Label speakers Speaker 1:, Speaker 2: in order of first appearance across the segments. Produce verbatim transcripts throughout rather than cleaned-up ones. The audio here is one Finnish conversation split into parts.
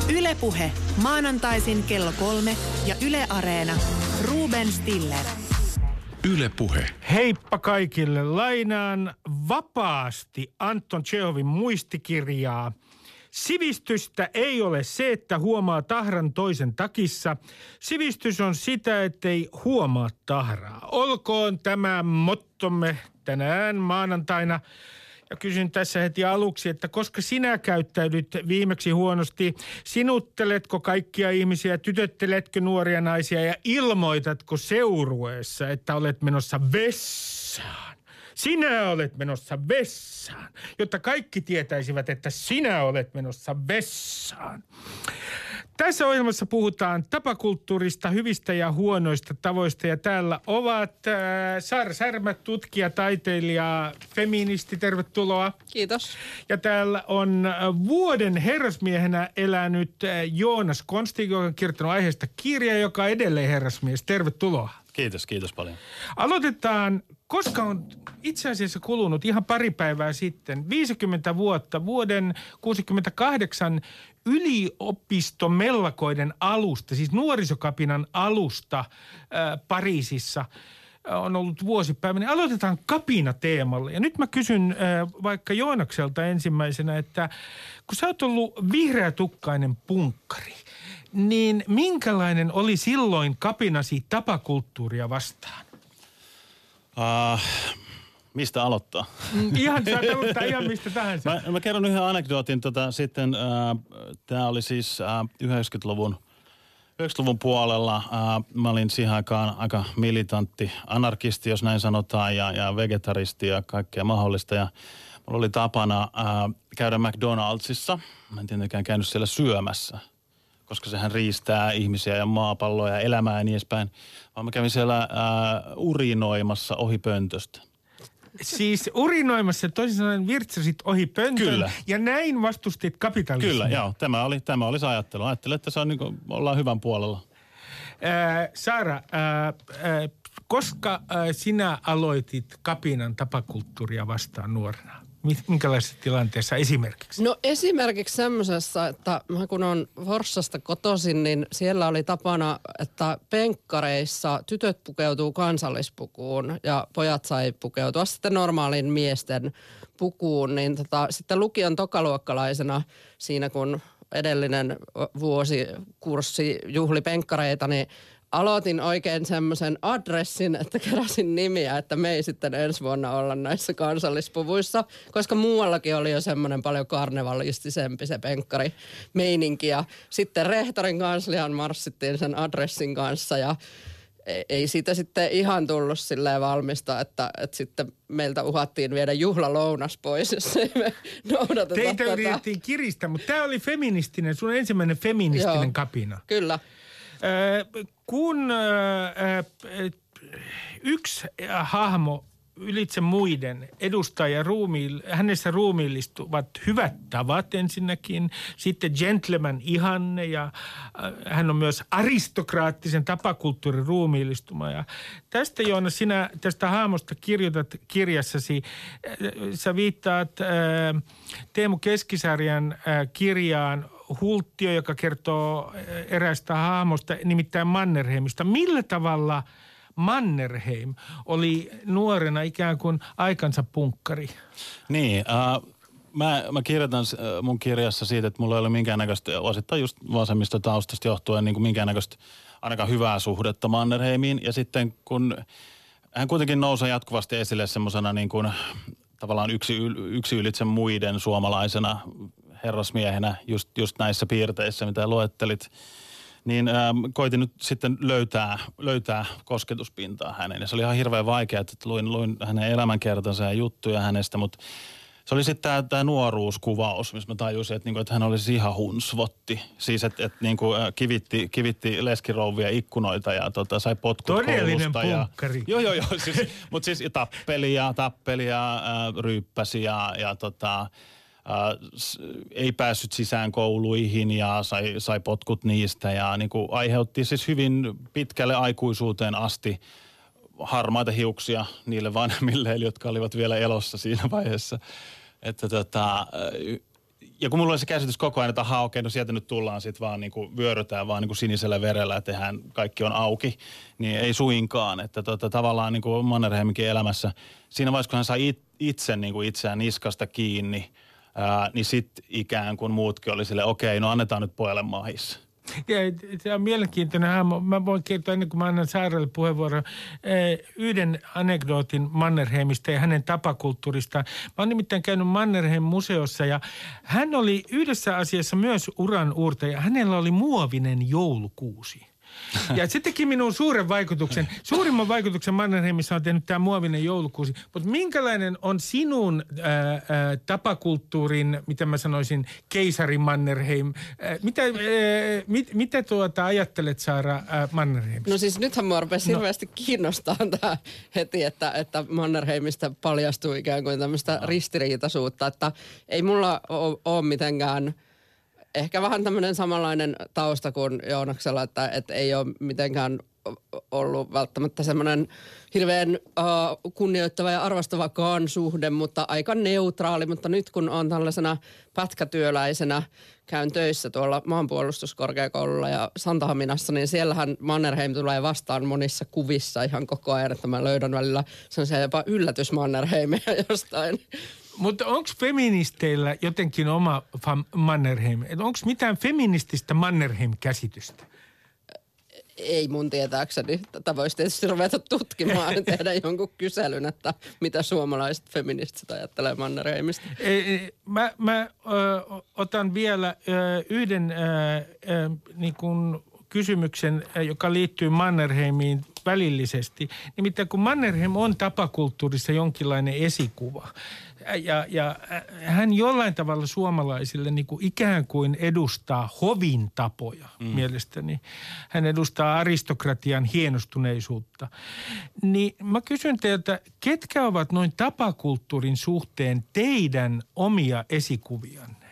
Speaker 1: Yle Puhe. Maanantaisin kello kolme ja Yle Areena. Ruben Stiller.
Speaker 2: Yle Puhe.
Speaker 3: Heippa kaikille. Lainaan vapaasti Anton Tšehovin muistikirjaa. Sivistystä ei ole se, että huomaa tahran toisen takissa. Sivistys on sitä, ettei huomaa tahraa. Olkoon tämä mottomme tänään maanantaina. Ja kysyn tässä heti aluksi, että koska sinä käyttäydyt viimeksi huonosti, sinutteletko kaikkia ihmisiä, tytötteletkö nuoria naisia ja ilmoitatko seurueessa, että olet menossa vessaan? Sinä olet menossa vessaan, jotta kaikki tietäisivät, että sinä olet menossa vessaan. Tässä ohjelmassa puhutaan tapakulttuurista, hyvistä ja huonoista tavoista ja täällä ovat äh, Saara Särmä, tutkija, taiteilija, feministi, tervetuloa.
Speaker 4: Kiitos.
Speaker 3: Ja täällä on äh, vuoden herrasmiehenä elänyt äh, Joonas Konsti, joka on kirjoittanut aiheesta kirjaa, joka on edelleen herrasmies. Tervetuloa.
Speaker 5: Kiitos, kiitos paljon. Aloitetaan,
Speaker 3: koska on itse asiassa kulunut ihan pari päivää sitten, viisikymmentä vuotta, vuoden kuusikymmentäkahdeksan yliopistomellakoiden alusta, siis nuorisokapinan alusta ää, Pariisissa on ollut vuosipäivä. Aloitetaan kapina-teemalla. Ja nyt mä kysyn ää, vaikka Joonakselta ensimmäisenä, että kun sä oot ollut vihreätukkainen punkkari, niin minkälainen oli silloin kapinasi tapakulttuuria vastaan?
Speaker 5: Uh, mistä aloittaa?
Speaker 3: Ihan, saat aloittaa ihan mistä tahansa.
Speaker 5: Mä, mä kerron yhden anekdootin. Tota, sitten uh, tämä oli siis uh, yhdeksänkymmentäluvun, yhdeksänkymmentäluvun puolella. Uh, mä olin siihen aikaan aika militantti anarkisti, jos näin sanotaan, ja, ja vegetaristi ja kaikkea mahdollista. Ja mulla oli tapana uh, käydä McDonaldsissa. Mä en tietenkään käynyt siellä syömässä, koska sehän riistää ihmisiä ja maapalloa ja elämää ja niin edespäin. Vaan mä kävin siellä ää, urinoimassa ohi pöntöstä.
Speaker 3: Siis urinoimassa, toisin sanoen virtsasit ohi pöntön.
Speaker 5: Kyllä.
Speaker 3: Ja näin vastustit kapitalismia.
Speaker 5: Kyllä, joo. Tämä oli, tämä oli se ajattelu. Ajattelin, että se on niin kuin, ollaan hyvän puolella.
Speaker 3: Ää, Saara, ää, ää, koska ää, sinä aloitit kapinan tapakulttuuria vastaan nuorena? Minkälaisessa tilanteessa esimerkiksi?
Speaker 4: No esimerkiksi semmoisessa, että mä kun on Forssasta kotoisin, niin siellä oli tapana, että penkkareissa tytöt pukeutuu kansallispukuun ja pojat sai pukeutua sitten normaalin miesten pukuun. Niin tota, sitten lukion tokaluokkalaisena siinä, kun edellinen vuosikurssi juhli penkkareita, niin aloitin oikein semmoisen adressin, että keräsin nimiä, että me ei sitten ensi vuonna olla näissä kansallispuvuissa, koska muuallakin oli jo semmoinen paljon karnevalistisempi se penkkari-meininki. Ja sitten rehtorin kansliaan marssittiin sen adressin kanssa ja ei siitä sitten ihan tullut silleen valmista, että, että sitten meiltä uhattiin viedä juhlalounas pois, jos ei me noudateta
Speaker 3: Teitä
Speaker 4: tätä.
Speaker 3: yritettiin kiristää, mutta tämä oli feministinen, sun ensimmäinen feministinen
Speaker 4: Joo,
Speaker 3: kapina.
Speaker 4: Kyllä.
Speaker 3: Kun yksi hahmo ylitse muiden edustaja ruumiil, hänessä ruumiillistuvat hyvät tavat ensinnäkin, sitten gentleman ihanne ja hän on myös aristokraattisen tapakulttuurin ruumiillistuma. Ja tästä Joona, sinä tästä hahmosta kirjoitat kirjassasi, sä viittaat Teemu Keskisarjan kirjaan Hulttio, joka kertoo eräästä hahmosta, nimittäin Mannerheimista. Millä tavalla Mannerheim oli nuorena ikään kuin aikansa punkkari?
Speaker 5: Niin, äh, mä, mä kirjoitan mun kirjassa siitä, että mulla ei ole minkäännäköistä, osittain just vasemmista taustasta johtuen, niin kuin minkäännäköistä ainakaan hyvää suhdetta Mannerheimiin. Ja sitten kun hän kuitenkin nousee jatkuvasti esille semmoisena niin kuin tavallaan yksi, yksi ylitse muiden suomalaisena herrasmiehenä just, just näissä piirteissä, mitä luettelit, niin ähm, koitin nyt sitten löytää, löytää kosketuspintaa hänen. Ja se oli ihan hirveän vaikeaa, että luin, luin hänen elämänkertansa ja juttuja hänestä, mutta se oli sitten tämä, tämä nuoruuskuvaus, missä mä tajusin, että, niinku, että hän oli siis ihan hunsvotti. Siis, että, että niinku, kivitti, kivitti leskirouvia ikkunoita ja tota, sai potkut
Speaker 3: todellinen
Speaker 5: koulusta.
Speaker 3: punkkari.
Speaker 5: Ja, joo, joo, joo. Siis, mutta siis tappeli ja, tappeli ja äh, ryyppäsi ja, ja tota, Äh, ei päässyt sisään kouluihin ja sai, sai potkut niistä ja niin kuin aiheutti siis hyvin pitkälle aikuisuuteen asti harmaita hiuksia niille vanhemmille, jotka olivat vielä elossa siinä vaiheessa. Että tota, ja kun mulla oli se käsitys koko ajan, että ahaa, okei, no sieltä nyt tullaan sitten vaan niin kuin vyörytään vaan niin kuin sinisellä verellä ja tehdään, kaikki on auki, niin ei suinkaan. Että tota, tavallaan niin kuin Mannerheiminkin elämässä, siinä vaiheessa kun hän sai it, itse niin kuin itseään niskasta kiinni, ää, niin sitten ikään kuin muutkin oli silleen, okei, no annetaan nyt pojalle mahis.
Speaker 3: Ja, se on mielenkiintoinen hahmo. Mä voin kertoa ennen kuin mä annan Saaralle puheenvuoron yhden anekdootin Mannerheimista ja hänen tapakulttuuristaan. Mä oon nimittäin käynyt Mannerheim-museossa ja hän oli yhdessä asiassa myös uran uurtaja. Hänellä oli muovinen joulukuusi. Ja se teki minun suuren vaikutuksen. Suurimman vaikutuksen Mannerheimissa on tehnyt tämä muovinen joulukuusi. Mutta minkälainen on sinun ää, ää, tapakulttuurin, mitä mä sanoisin, keisari Mannerheim? Ää, mitä, ää, mit, mitä tuota ajattelet, Saara, ää, Mannerheimista?
Speaker 4: No siis nythän mua rupesi
Speaker 3: no.
Speaker 4: hirveästi kiinnostaa tämä heti, että, että Mannerheimista paljastuu ikään kuin tämmöistä no. ristiriitaisuutta. Että ei mulla ole, ole mitenkään... Ehkä vähän tämmöinen samanlainen tausta kuin Joonaksella, että, että ei ole mitenkään ollut välttämättä semmoinen hirveän uh, kunnioittava ja arvostavakaan suhde, mutta aika neutraali. Mutta nyt kun on tällaisena pätkätyöläisenä, käyn töissä tuolla maanpuolustuskorkeakoululla ja Santahaminassa, niin siellähän Mannerheim tulee vastaan monissa kuvissa ihan koko ajan, että mä löydän välillä sellaisia jopa yllätysmannerheimeja jostain.
Speaker 3: Mutta onko feministeillä jotenkin oma Mannerheim? Onko mitään feminististä Mannerheim-käsitystä?
Speaker 4: Ei mun tietääkseni. Tätä voisi tietysti ruveta tutkimaan ja tehdä jonkun kyselyn, että mitä suomalaiset feministit ajattelee Mannerheimista.
Speaker 3: Mä, mä ö, otan vielä ö, yhden ö, ö, niin kuin kysymyksen, joka liittyy Mannerheimiin välillisesti. Nimittäin kun Mannerheim on tapakulttuurissa jonkinlainen esikuva ja, ja hän jollain tavalla suomalaisille niin kuin ikään kuin edustaa hovin tapoja mm. mielestäni. Hän edustaa aristokratian hienostuneisuutta. Niin mä kysyn teiltä, ketkä ovat noin tapakulttuurin suhteen teidän omia esikuvianne?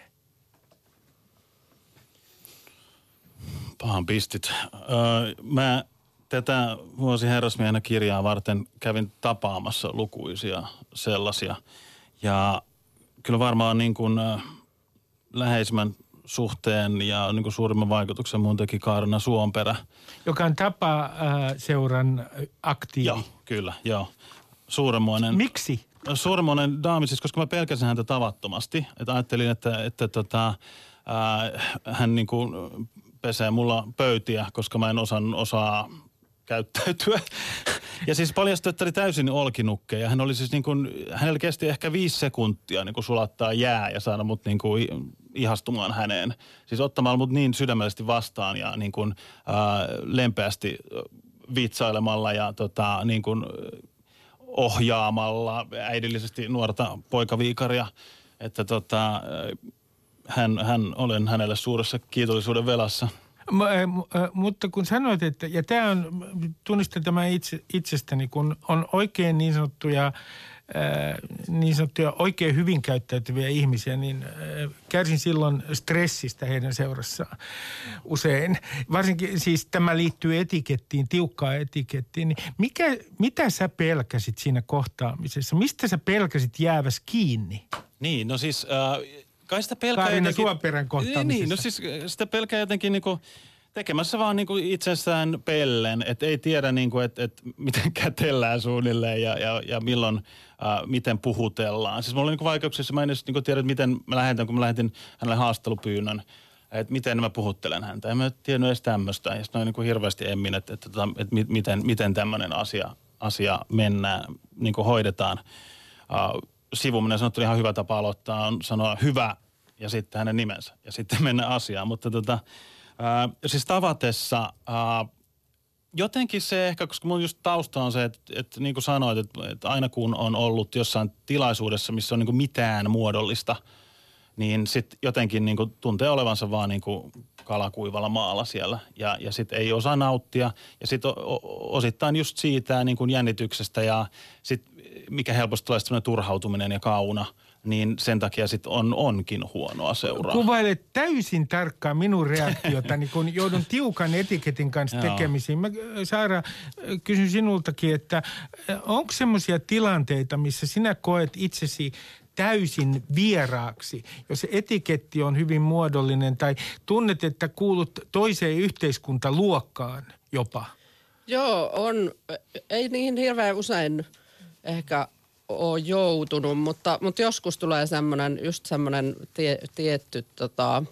Speaker 5: Pahan pistit. Öö, mä tätä vuosi herrasmiehenä kirjaa varten kävin tapaamassa lukuisia sellaisia. Ja kyllä varmaan niin kuin äh, läheisimmän suhteen ja niin kuin suurimman vaikutuksen mun teki Kaarina Suomperä.
Speaker 3: Joka on tapa-seuran aktiivi.
Speaker 5: Joo, kyllä, joo. Suuremmoinen.
Speaker 3: Miksi?
Speaker 5: Suuremmoinen daami, siis koska mä pelkäsin häntä tavattomasti. Että ajattelin, että, että tota, äh, hän niin kuin pesee mulla pöytiä, koska mä en osan, osaa käyttäytyä. Ja siis paljastui, että oli täysin olkinukkeja. Hän oli siis niin kuin, hänellä kesti ehkä viisi sekuntia niin kuin sulattaa jää ja saada mut niin kuin ihastumaan häneen. Siis ottamalla mut niin sydämellisesti vastaan ja niin kuin ää, lempeästi vitsailemalla ja tota, niin kuin ohjaamalla äidillisesti nuorta poikaviikaria. Että tota, hän, hän, olen hänelle suuressa kiitollisuuden velassa.
Speaker 3: M- äh, mutta kun sanoit, että, ja tämä on, tunnistan tämän itse, itsestäni, kun on oikein niin sanottuja, äh, niin sanottuja oikein hyvin käyttäytyviä ihmisiä, niin äh, kärsin silloin stressistä heidän seurassaan usein. Varsinkin siis tämä liittyy etikettiin, tiukkaan etikettiin. Niin mikä, mitä sä pelkäsit siinä kohtaamisessa? Mistä sä pelkäsit jääväs kiinni?
Speaker 5: Niin, no siis... Äh... Kai sitä pelkää
Speaker 3: Kaarina
Speaker 5: jotenkin...
Speaker 3: Suomperän kohtaamisessa.
Speaker 5: Niin, no siis sitä pelkää jotenkin niinku tekemässä vaan niinku itsessään pellen, että ei tiedä niinku, että et miten kätellään suunnilleen ja, ja, ja milloin, äh, miten puhutellaan. Siis mulla oli niinku vaikeuksissa, mä en edes niinku tiedä, että miten mä lähetän, kun mä lähetin hänelle haastattelupyynnön, että miten mä puhuttelen häntä. En mä tiennyt edes tämmöistä. Ja sitten noin niinku hirveästi emmin, että, että, että, että miten, miten tämmöinen asia, asia mennään, niinku hoidetaan. Uh, Sivuminen sanottu ihan hyvä tapa aloittaa on sanoa hyvä ja sitten hänen nimensä ja sitten mennä asiaan. Mutta tota, ää, siis tavatessa ää, jotenkin se ehkä, koska mun just tausta on se, että, että niin kuin sanoit, että, että aina kun on ollut jossain tilaisuudessa, missä on niin kuin mitään muodollista, niin sitten jotenkin niin kuin tuntee olevansa vaan niin kuin kalakuivalla maalla siellä ja, ja sitten ei osaa nauttia. Ja sitten osittain just siitä niin kuin jännityksestä ja sitten mikä helposti tulee sellainen turhautuminen ja kauna, niin sen takia sitten on, onkin huonoa seuraa.
Speaker 3: Kuvailet täysin tarkkaan minun reaktiotani, kun joudun tiukan etiketin kanssa tekemisiin. Mä, Saara, kysyn sinultakin, että onko semmoisia tilanteita, missä sinä koet itsesi täysin vieraaksi, jos se etiketti on hyvin muodollinen tai tunnet, että kuulut toiseen yhteiskuntaluokkaan jopa?
Speaker 4: Joo, on. Ei niin hirveän usein ehkä ole joutunut, mutta, mutta joskus tulee semmoinen, just semmoinen tie, tietty tota,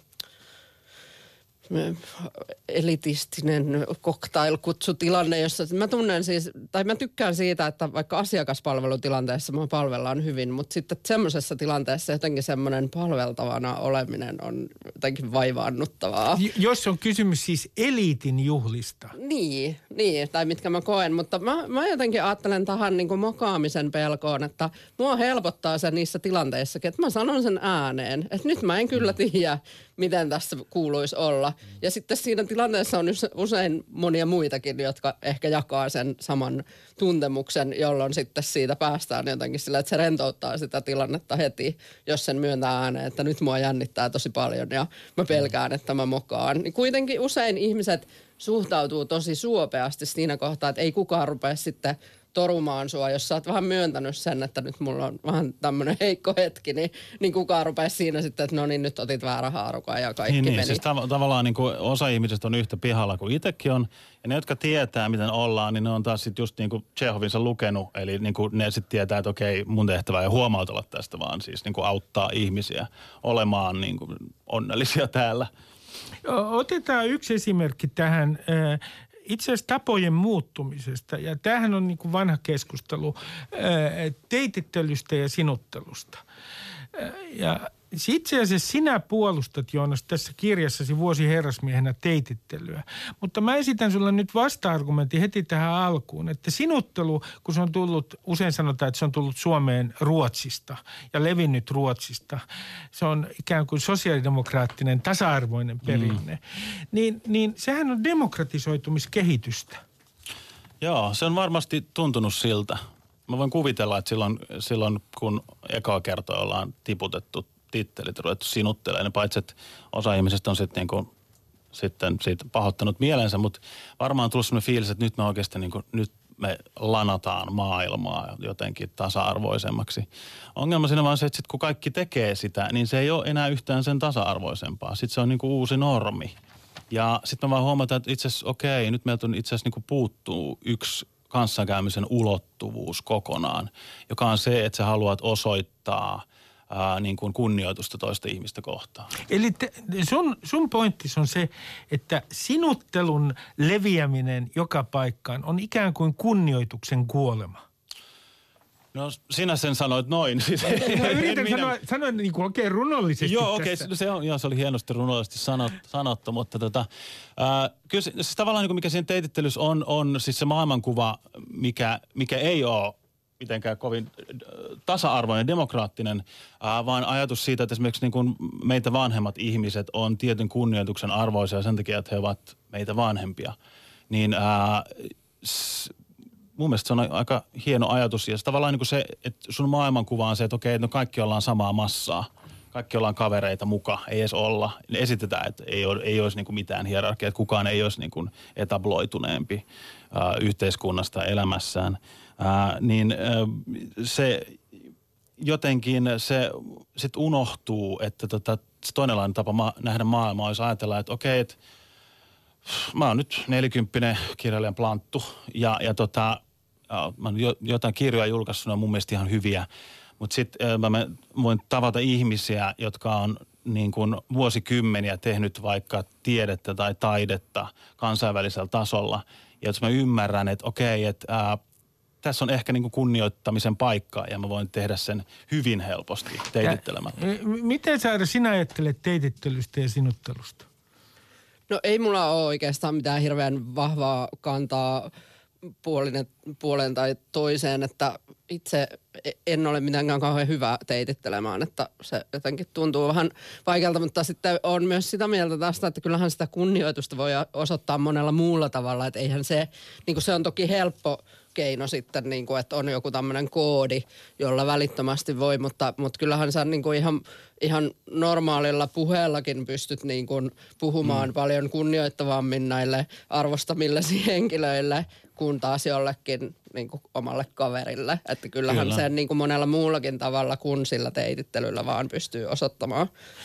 Speaker 4: elitistinen cocktail-kutsutilanne, jossa mä tunnen siis, tai mä tykkään siitä, että vaikka asiakaspalvelutilanteessa mua palvellaan hyvin, mutta sitten semmoisessa tilanteessa jotenkin semmoinen palveltavana oleminen on jotenkin vaivaannuttavaa.
Speaker 3: J- jos on kysymys siis eliitin juhlista.
Speaker 4: Niin, niin, tai mitkä mä koen, mutta mä, mä jotenkin ajattelen tähän niin kuin mokaamisen pelkoon, että mua helpottaa se niissä tilanteissakin, että mä sanon sen ääneen, että nyt mä en kyllä tiedä, miten tässä kuuluisi olla. Ja sitten siinä tilanteessa on usein monia muitakin, jotka ehkä jakaa sen saman tuntemuksen, jolloin sitten siitä päästään jotenkin sillä, että se rentouttaa sitä tilannetta heti, jos sen myöntää ääneen, että nyt mua jännittää tosi paljon ja mä pelkään, että mä mokaan. Niin kuitenkin usein ihmiset suhtautuu tosi suopeasti siinä kohtaa, että ei kukaan rupea sitten torumaan sua, jos sä oot vähän myöntänyt sen, että nyt mulla on vähän tämmöinen heikko hetki, niin, niin kukaan rupeaa siinä sitten, että no niin, nyt otit väärä haarukaa ja kaikki
Speaker 5: niin,
Speaker 4: meni.
Speaker 5: Niin, siis tav- tavallaan niin kuin osa ihmisistä on yhtä pihalla kuin itsekin on, ja ne, jotka tietää, miten ollaan, niin ne on taas sitten just niin kuin Tšehovinsa lukenut, eli niin kuin ne sitten tietää, että okei, mun tehtävä ei huomautella tästä, vaan siis niin kuin auttaa ihmisiä olemaan niin kuin onnellisia täällä.
Speaker 3: Otetaan yksi esimerkki tähän itse asiassa tapojen muuttumisesta. Ja tämähän on niin kuin vanha keskustelu teitittelystä ja sinuttelusta. Ja itse asiassa sinä puolustat, Joonas, tässä kirjassasi Vuosi herrasmiehenä teitittelyä. Mutta mä esitän sulle nyt vasta-argumentin heti tähän alkuun, että sinuttelu, kun se on tullut, usein sanotaan, että se on tullut Suomeen Ruotsista ja levinnyt Ruotsista. Se on ikään kuin sosiaalidemokraattinen, tasa-arvoinen perinne. Mm. Niin, niin sehän on demokratisoitumiskehitystä.
Speaker 5: Joo, se on varmasti tuntunut siltä. Mä voin kuvitella, että silloin, silloin kun ekaa kertaa ollaan tiputettu tittelit ja ruvettu sinuttelemaan, niin paitsi että osa ihmisistä on sitten, niin kuin, sitten siitä pahoittanut mielensä, mutta varmaan on tullut sellainen fiilis, että nyt me oikeasti niin kuin, nyt me lanataan maailmaa jotenkin tasa-arvoisemmaksi. Ongelma siinä vaan se, että sit kun kaikki tekee sitä, niin se ei ole enää yhtään sen tasa-arvoisempaa. Sitten se on niin kuin uusi normi. Ja sitten me vaan huomataan, että itse asiassa okei, nyt meiltä itse asiassa niin kuin puuttuu yksi kanssakäymisen ulottuvuus kokonaan, joka on se, että sä haluat osoittaa ää, niin kuin kunnioitusta toista ihmistä kohtaan.
Speaker 3: Eli te, sun, sun pointtis on se, että sinuttelun leviäminen joka paikkaan on ikään kuin kunnioituksen kuolema.
Speaker 5: No sinä sen sanoit noin. Siis,
Speaker 3: no, yritän minä... sanoa, sanoa niin kuin oikein runollisesti.
Speaker 5: Joo, okei, okay, se, on, joo, se oli hienosti runollisesti sanot, sanottu, mutta tota, ää, kyllä se, siis tavallaan niin kuin mikä siinä teitittelyssä on, on siis se maailmankuva, mikä, mikä ei ole mitenkään kovin tasa-arvoinen, demokraattinen, ää, vaan ajatus siitä, että esimerkiksi niin kuin meitä vanhemmat ihmiset on tietyn kunnioituksen arvoisia sen takia, että he ovat meitä vanhempia. Niin ää, s- mun mielestä se on aika hieno ajatus. Ja se tavallaan niin kuin se, että sun maailmankuva on se, että okei, no kaikki ollaan samaa massaa. Kaikki ollaan kavereita muka, ei edes olla. Esitetään, että ei, ole, ei olisi niin kuin mitään hierarkiaa, että kukaan ei olisi niin kuin etabloituneempi ää, yhteiskunnasta elämässään. Ää, niin ää, se jotenkin se sit unohtuu, että tota, se toinenlainen tapa ma- nähdä maailmaa olisi ajatella, että okei, että mä oon nyt nelikymppinen kirjailijan planttu ja, ja tota, mä oon jo, jotain kirjoja julkaissut, ne on mun mielestä ihan hyviä. Mutta sitten mä voin tavata ihmisiä, jotka on niin kuin vuosikymmeniä tehnyt vaikka tiedettä tai taidetta kansainvälisellä tasolla. Ja jos mä ymmärrän, että okei, että ää, tässä on ehkä niin kuin kunnioittamisen paikka ja mä voin tehdä sen hyvin helposti teitittelemällä.
Speaker 3: Miten Saara sinä ajattelet teitittelystä ja sinuttelusta?
Speaker 4: No ei mulla ole oikeastaan mitään hirveän vahvaa kantaa puolinen, puoleen tai toiseen, että itse en ole mitenkään kauhean hyvä teitittelemään, että se jotenkin tuntuu vähän vaikealta, mutta sitten on myös sitä mieltä tästä, että kyllähän sitä kunnioitusta voi osoittaa monella muulla tavalla, että eihän se, niin kuin se on toki helppo keino sitten, niin kuin, että on joku tämmöinen koodi, jolla välittömästi voi, mutta, mutta kyllähän sä niin kuin ihan, ihan normaalilla puheellakin pystyt niin kuin puhumaan mm. paljon kunnioittavammin näille arvostamillesi henkilöille kuin taas jollekin niin kuin omalle kaverille. Että kyllähän Kyllä. sen niin kuin monella muullakin tavalla kuin sillä teitittelyllä vaan pystyy osoittamaan.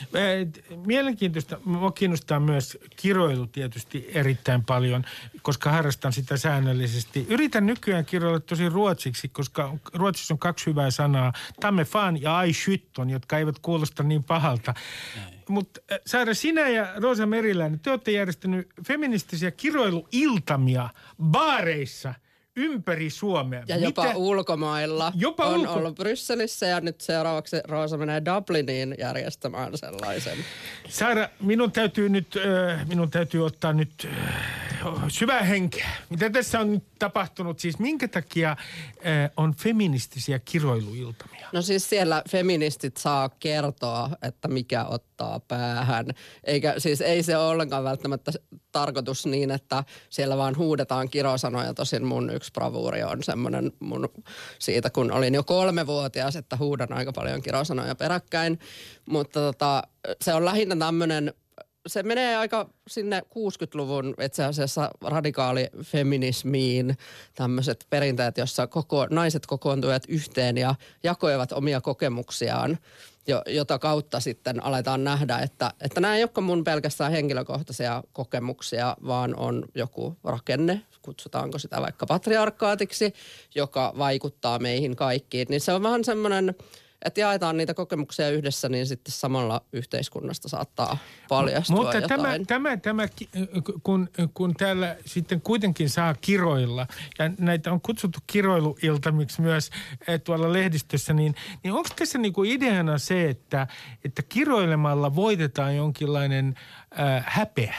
Speaker 3: Mielenkiintoista. Minua kiinnostaa myös kiroilu tietysti erittäin paljon, koska harrastan sitä säännöllisesti. Yritän nykyään kiroilla tosi ruotsiksi, koska ruotsissa on kaksi hyvää sanaa. Tamme fan ja ai skytton, jotka eivät kuulosta niin pahalta. Mutta Saara, sinä ja Rosa Meriläinen, te olette järjestänyt feministisiä kiroiluiltamia baareissa ympäri Suomea.
Speaker 4: Ja jopa
Speaker 3: Mitä?
Speaker 4: ulkomailla.
Speaker 3: Jopa
Speaker 4: on
Speaker 3: ulko...
Speaker 4: ollut Brysselissä ja nyt seuraavaksi Rosa menee Dubliniin järjestämään sellaisen.
Speaker 3: Saara, minun täytyy nyt, äh, minun täytyy ottaa nyt äh, syvää henkeä. Mitä tässä on nyt tapahtunut? Siis minkä takia äh, on feministisiä kiroiluiltamia?
Speaker 4: No siis siellä feministit saa kertoa, että mikä ottaa päähän. Eikä, siis ei se ole ollenkaan välttämättä tarkoitus niin, että siellä vaan huudetaan kirosanoja. Tosin mun yksi bravuuri on semmoinen mun siitä, kun olin jo kolmevuotias, että huudan aika paljon kirosanoja peräkkäin. Mutta tota, se on lähinnä tämmöinen, se menee aika sinne kuusikymmentäluvun itse asiassa radikaalifeminismiin, tämmöiset perinteet, jossa koko, naiset kokoontuivat yhteen ja jakoivat omia kokemuksiaan, jo, jota kautta sitten aletaan nähdä, että, että nämä ei olekaan mun pelkästään henkilökohtaisia kokemuksia, vaan on joku rakenne, kutsutaanko sitä vaikka patriarkaatiksi, joka vaikuttaa meihin kaikkiin. Niin se on vähän semmoinen, että jaetaan niitä kokemuksia yhdessä, niin sitten samalla yhteiskunnasta saattaa paljastua
Speaker 3: Mutta
Speaker 4: jotain.
Speaker 3: tämä, tämä, tämä kun, kun täällä sitten kuitenkin saa kiroilla, ja näitä on kutsuttu kiroiluiltamiksi myös tuolla lehdistössä, niin, niin onko tässä niinku ideana se, että, että kiroilemalla voitetaan jonkinlainen äh, häpeä?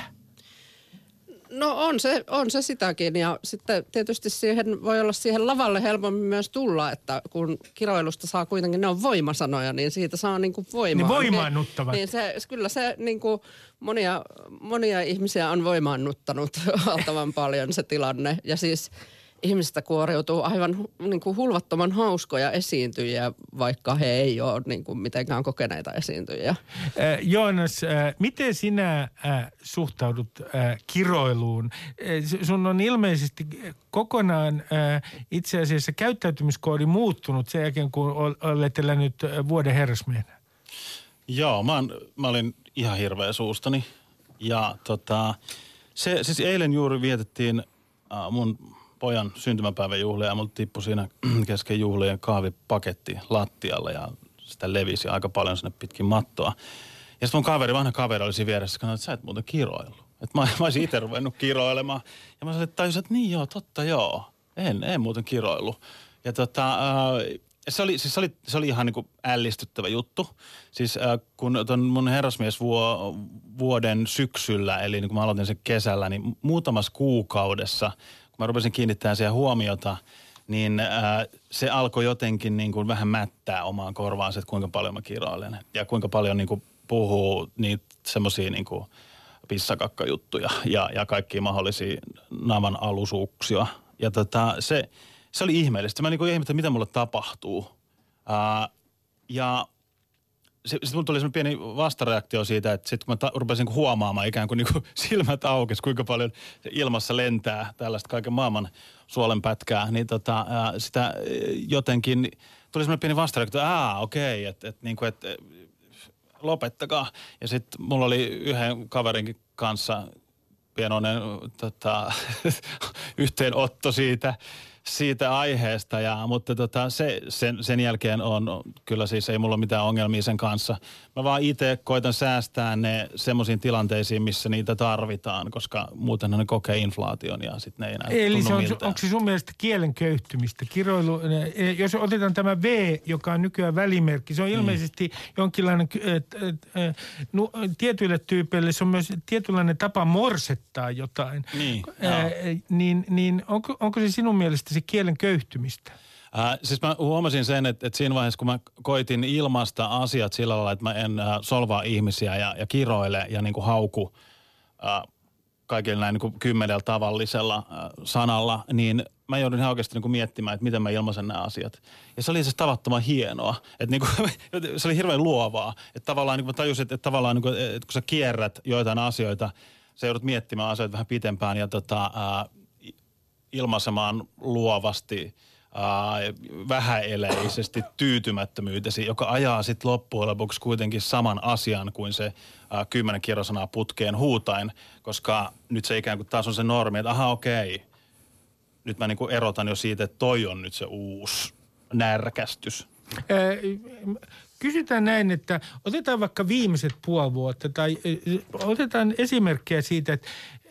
Speaker 4: No on se, on se sitäkin ja sitten tietysti siihen voi olla siihen lavalle helpommin myös tulla, että kun kiroilusta saa kuitenkin, ne on voimasanoja, niin siitä saa niinku voimaa.
Speaker 3: Ne voimaannuttavat.
Speaker 4: Niin se, kyllä se niinku monia, monia ihmisiä on voimaannuttanut valtavan paljon se tilanne ja siis ihmisistä kuoriutuu aivan niin kuin hulvattoman hauskoja esiintyjiä, vaikka he ei ole niin kuin mitenkään kokeneita esiintyjiä.
Speaker 3: Äh, Joonas, äh, miten sinä äh, suhtaudut äh, kiroiluun? Äh, sun on ilmeisesti kokonaan äh, itse asiassa käyttäytymiskoodi muuttunut sen jälkeen, kun olet elänyt äh, vuoden herrasmiehenä.
Speaker 5: Joo, mä, on, mä olin ihan hirveä suustani. Ja tota, se, siis eilen juuri vietettiin äh, mun pojan syntymäpäiväjuhlia ja mulla tippui siinä kesken juhlien kahvipaketti lattialle ja sitä levisi aika paljon sinne pitkin mattoa. Ja sitten mun kaveri, vanha kaveri oli siinä vieressä, että sä et muuten kiroillut. Että mä, mä olisin itse ruvennut kiroilemaan. Ja mä sanoin, että tajusin, että niin joo, totta joo. En, en muuten kiroillut. Ja tota, äh, se, oli, siis se, oli, se oli ihan niin kuin ällistyttävä juttu. Siis äh, kun ton mun herrasmiesvuoden syksyllä, eli niin kun mä aloitin sen kesällä, niin muutamassa kuukaudessa kun mä rupesin kiinnittämään siihen huomiota, niin ää, se alkoi jotenkin niin kuin vähän mättää omaan korvaansa, että kuinka paljon mä kiroilen. Ja kuinka paljon niin kuin puhuu niitä semmoisia niin kuin pissakakkajuttuja ja, ja kaikkia mahdollisia navan alusuuksia. Ja tota, se, se oli ihmeellistä. Mä niin kuin ihmettelin, mitä mulle tapahtuu. Ää, ja sitten mulla tuli semmoinen pieni vastareaktio siitä, että sitten kun mä ta- rupesin huomaamaan ikään kuin, niin kuin silmät aukesi, kuinka paljon ilmassa lentää tällaista kaiken maailman suolenpätkää, niin tota, ää, sitä jotenkin tuli semmoinen pieni vastareaktio, että aa okei, okay, että et, niin kuin, että lopettakaa. Ja sitten mulla oli yhden kaverinkin kanssa pienoinen tota, yhteenotto siitä, siitä aiheesta, ja, mutta tota, se, sen, sen jälkeen on kyllä siis ei mulla ole mitään ongelmia sen kanssa. Mä vaan itse koitan säästää ne semmoisiin tilanteisiin, missä niitä tarvitaan, koska muutenhan ne kokee inflaation ja sitten ne ei enää
Speaker 3: Eli se on,
Speaker 5: miltään.
Speaker 3: onko se sun mielestä kielen köyhtymistä? Kiroilu, jos otetaan tämä V, joka on nykyään välimerkki, se on ilmeisesti mm. jonkinlainen, äh, äh, no, tietyille tyypeille se on myös tietynlainen tapa morsettaa jotain.
Speaker 5: Niin,
Speaker 3: äh, niin, niin onko, onko se sinun mielestä se kielen köyhtymistä?
Speaker 5: Äh, siis mä huomasin sen, että, että siinä vaiheessa, kun mä koitin ilmaista asiat sillä lailla, että mä en äh, solvaa ihmisiä ja, ja kiroile ja niin kuin hauku äh, kaikilla näin niin kuin kymmenellä tavallisella äh, sanalla, niin mä joudun ihan oikeasti niin kuin miettimään, että miten mä ilmaisen nämä asiat. Ja se oli siis tavattoman hienoa. Että niin kuin, se oli hirveän luovaa. Että tavallaan niin kuin mä tajusin, että, että tavallaan niin kuin, että kun sä kierrät joitain asioita, sä joudut miettimään asioita vähän pitempään ja tota, ää, ilmaisemaan luovasti, ää, vähäeleisesti tyytymättömyytesi, joka ajaa sitten loppujen lopuksi kuitenkin saman asian kuin se ää, kymmenen kirjosanaa putkeen huutain, koska nyt se ikään kuin taas on se normi, että aha okei, nyt mä niinku erotan jo siitä, että toi on nyt se uusi närkästys.
Speaker 3: Ää, kysytään näin, että otetaan vaikka viimeiset puoli vuotta tai otetaan esimerkkejä siitä, että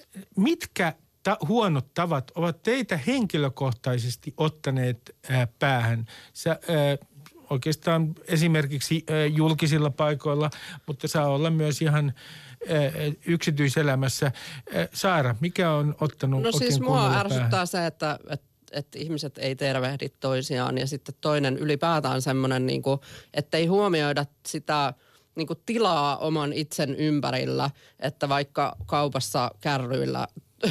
Speaker 3: mitkä ta- huonot tavat ovat teitä henkilökohtaisesti ottaneet ää, päähän. Sä, ää, oikeastaan esimerkiksi ää, julkisilla paikoilla, mutta saa olla myös ihan yksityiselämässä. Saara, mikä on ottanut
Speaker 4: No
Speaker 3: oikein
Speaker 4: siis mua ärsyttää
Speaker 3: päähän?
Speaker 4: se, että, että, että ihmiset ei tervehdi toisiaan ja sitten toinen ylipäätään semmoinen, niin kuin, että ei huomioida sitä niin kuin tilaa oman itsen ympärillä, että vaikka kaupassa kärryillä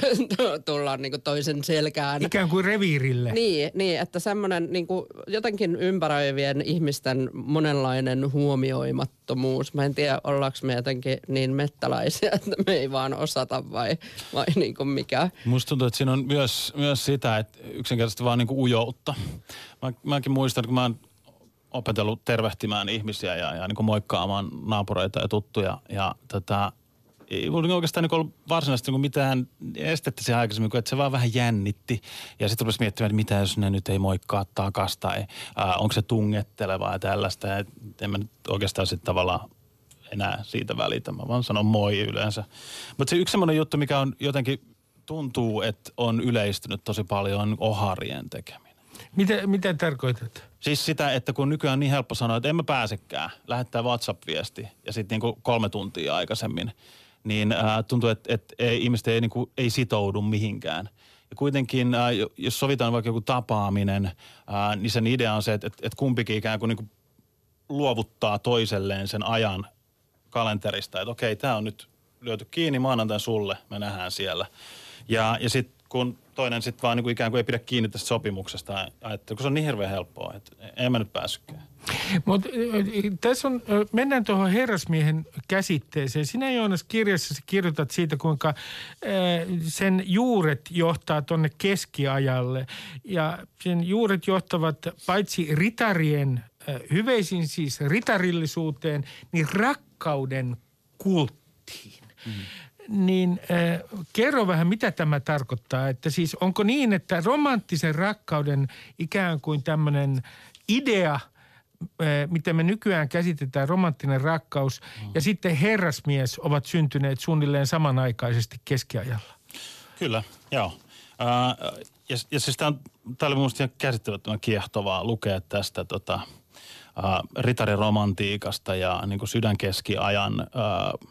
Speaker 4: tullaan niin kuin toisen selkään.
Speaker 3: Ikään kuin reviirille.
Speaker 4: Niin, niin että semmoinen niin kuin jotenkin ympäröivien ihmisten monenlainen huomioimattomuus. Mä en tiedä, ollaanko me jotenkin niin mettäläisiä, että me ei vaan osata vai, vai niin kuin mikä.
Speaker 5: Musta tuntuu, että siinä on myös, myös sitä, että yksinkertaisesti vaan niin kuin ujoutta. Mä, mäkin muistan, kun mä oon opetellut tervehtimään ihmisiä ja, ja niin kuin moikkaamaan naapureita ja tuttuja ja tätä. Ei mulla oikeastaan niin ollut varsinaisesti niin mitään estettä siihen aikaisemmin, kun että se vaan vähän jännitti. Ja sitten rupesi miettimään, että mitä jos ne nyt ei moikkaa takas tai ää, onko se tungettelevaa ja tällaista. Ja en mä nyt oikeastaan sitten tavallaan enää siitä välitä. Mä vaan sanon moi yleensä. Mutta se yksi semmoinen juttu, mikä on jotenkin tuntuu, että on yleistynyt tosi paljon, on oharien tekeminen.
Speaker 3: Mitä, mitä tarkoitat?
Speaker 5: Siis sitä, että kun nykyään on niin helppo sanoa, että en mä pääsekään, lähettää WhatsApp-viesti ja sitten niinku kolme tuntia aikaisemmin. Niin ää, tuntuu, että, että ei, ihmiset ei, niin kuin, ei sitoudu mihinkään. Ja kuitenkin, ää, jos sovitaan vaikka joku tapaaminen, ää, niin sen idea on se, että, että kumpikin ikään kuin, niin kuin luovuttaa toiselleen sen ajan kalenterista. Että okei, tämä on nyt lyöty kiinni, maanantain sulle, me nähdään siellä. Ja, ja sitten kun toinen sitten vaan niin kuin ikään kuin ei pidä kiinni tästä sopimuksesta, että kun se on niin hirveän helppoa, että en mä nyt päässytkään.
Speaker 3: Mutta tässä on, mennään tuohon herrasmiehen käsitteeseen. Sinä Joonas kirjassasi kirjoitat siitä, kuinka ää, sen juuret johtaa tuonne keskiajalle. Ja sen juuret johtavat paitsi ritarien ää, hyveisiin, siis ritarillisuuteen, niin rakkauden kulttiin. Mm. Niin äh, kerro vähän, mitä tämä tarkoittaa. Että siis onko niin, että romanttisen rakkauden ikään kuin tämmöinen idea, äh, miten me nykyään käsitetään romanttinen rakkaus, mm. ja sitten herrasmies ovat syntyneet suunnilleen samanaikaisesti keskiajalla?
Speaker 5: Kyllä, joo. Äh, ja, ja siis tämä oli minusta ihan käsittämättömän kiehtovaa lukea tästä tota, äh, ritariromantiikasta ja niin kuin sydänkeskiajan äh,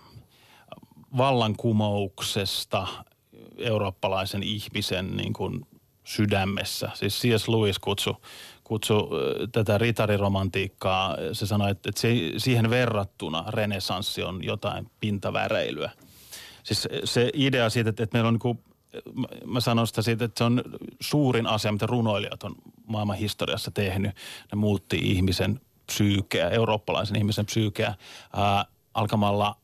Speaker 5: vallankumouksesta eurooppalaisen ihmisen niin kuin sydämessä. Siis C S. Lewis kutsui kutsu tätä ritariromantiikkaa. Se sanoi, että, että se, siihen verrattuna renesanssi on jotain pintaväreilyä. Siis se idea siitä, että, että meillä on niin kuin, mä sanon sitä siitä, että se on suurin asia, mitä runoilijat on maailman historiassa tehnyt. Ne muutti ihmisen psyykeä, eurooppalaisen ihmisen psyykeä ää, alkamalla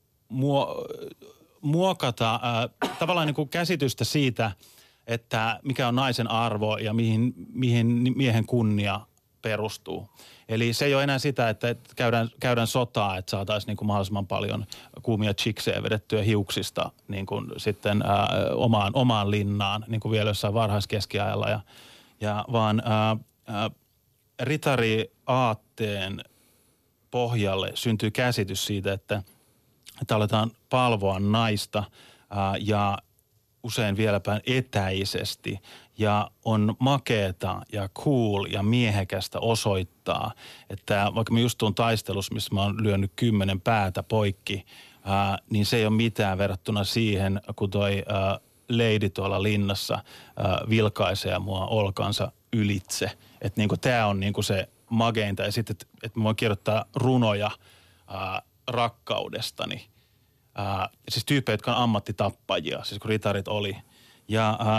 Speaker 5: muokata äh, tavallaan niin kuin käsitystä siitä, että mikä on naisen arvo ja mihin, mihin miehen kunnia perustuu. Eli se ei ole enää sitä, että käydään, käydään sotaa, että saataisiin niin kuin mahdollisimman paljon kuumia chiksejä vedettyä hiuksista niin kuin sitten äh, omaan, omaan linnaan, niin kuin vielä jossain varhaiskeskiajalla. Ja, ja vaan äh, äh, ritari-aatteen pohjalle syntyy käsitys siitä, että että aletaan palvoa naista ää, ja usein vieläpä etäisesti ja on makeeta ja cool ja miehekästä osoittaa, että vaikka mä just tuun taistelussa, missä mä oon lyönyt kymmenen päätä poikki, ää, niin se ei ole mitään verrattuna siihen, kun toi ää, lady tuolla linnassa ää, vilkaisee mua olkansa ylitse. Että niinku tää on niinku se mageinta ja sitten, että et mä voin kirjoittaa runoja ää, rakkaudestani. Ää, siis tyyppejä, jotka on ammattitappajia, siis kun ritarit oli. Ja ää,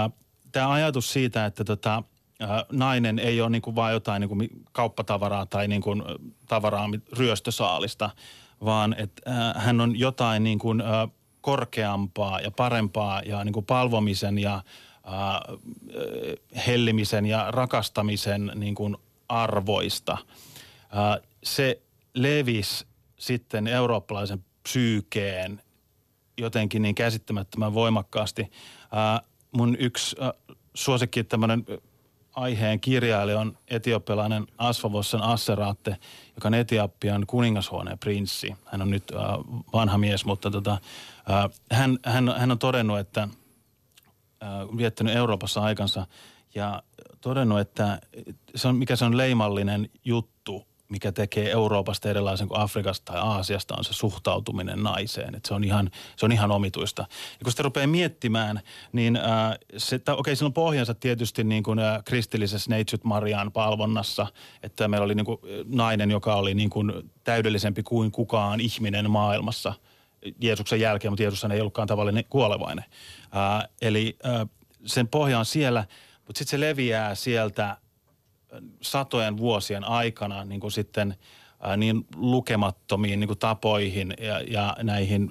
Speaker 5: tämä ajatus siitä, että tota, ää, nainen ei ole niinku vaan jotain niinku kauppatavaraa tai niinku tavaraa ryöstösaalista, vaan että hän on jotain niinku, ää, korkeampaa ja parempaa ja niinku palvomisen ja ää, hellimisen ja rakastamisen niinku arvoista. Ää, se levisi sitten eurooppalaisen psyykeen jotenkin niin käsittämättömän voimakkaasti. Ää, mun yksi ä, suosikki tämmöinen aiheen kirjailija on etiopialainen Asfawossen Asseraatte, joka on Etiopian kuningashuoneen prinssi. Hän on nyt ä, vanha mies, mutta tota, ä, hän, hän, hän on todennut, että ä, viettänyt Euroopassa aikansa ja todennut, että se on, mikä se on leimallinen juttu, mikä tekee Euroopasta erilaisen kuin Afrikasta tai Aasiasta, on se suhtautuminen naiseen. Että se on ihan, se on ihan omituista. Ja kun sitä rupeaa miettimään, niin äh, se, okei, okay, sillä on pohjansa tietysti niin kuin äh, kristillisessä Neitsyt Marian palvonnassa, että meillä oli niin kuin nainen, joka oli niin kuin täydellisempi kuin kukaan ihminen maailmassa Jeesuksen jälkeen, mutta Jeesus ei ollutkaan tavallinen kuolevainen. Äh, eli äh, sen pohja on siellä, mutta sitten se leviää sieltä satojen vuosien aikana niin kuin sitten ää, niin lukemattomiin niin kuin tapoihin ja, ja näihin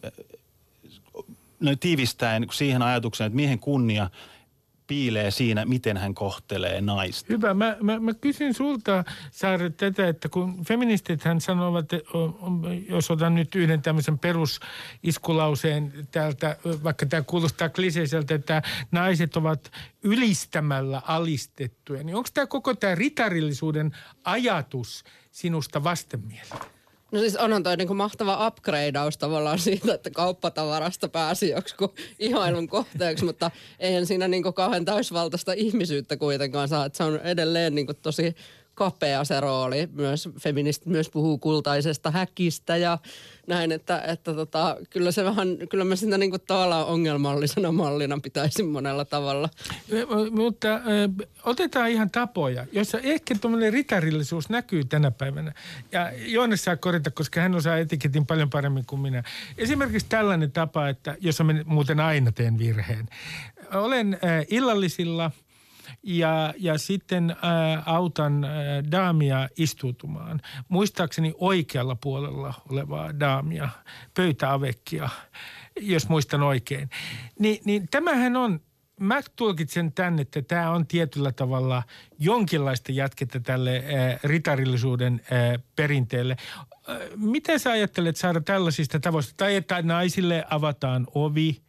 Speaker 5: no, tiivistäen niin siihen ajatukseen, että miehen kunnia piilee siinä, miten hän kohtelee naista.
Speaker 3: Hyvä. Mä, mä, mä kysyn sulta, Saara, tätä, että kun feministithän sanovat, jos otan nyt yhden tämmöisen perusiskulauseen täältä, vaikka tämä kuulostaa kliseiseltä, että naiset ovat ylistämällä alistettuja, niin onko tämä koko tämä ritarillisuuden ajatus sinusta vastenmieltä?
Speaker 4: No siis onhan toi niinku mahtava upgradeaus tavallaan siitä, että kauppatavarasta pääsi joksikin ihailun kohteeksi, mutta eihän siinä niinku kauhean täysvaltaista ihmisyyttä kuitenkaan saa, että se on edelleen niinku tosi kapea se rooli. Myös feministit myös puhuu kultaisesta häkistä ja näin, että, että tota, kyllä se vähän, kyllä mä sitä niinku tavallaan ongelmallisena mallina pitäisin monella tavalla.
Speaker 3: Mutta äh, otetaan ihan tapoja, joissa ehkä tuommoinen ritarillisuus näkyy tänä päivänä. Ja Joonas saa korjata, koska hän osaa etiketin paljon paremmin kuin minä. Esimerkiksi tällainen tapa, että jos mä muuten aina teen virheen. Olen äh, illallisilla Ja, ja sitten ää, autan ää, daamia istuutumaan. Muistaakseni oikealla puolella olevaa daamia, pöytäavekkia, jos muistan oikein. Ni, niin tämähän on, mä tulkitsen tämän, että tämä on tietyllä tavalla jonkinlaista jatketta tälle ää, ritarillisuuden ää, perinteelle. Ää, mitä sä ajattelet saada tällaisista tavoista? Tai että naisille avataan ovi.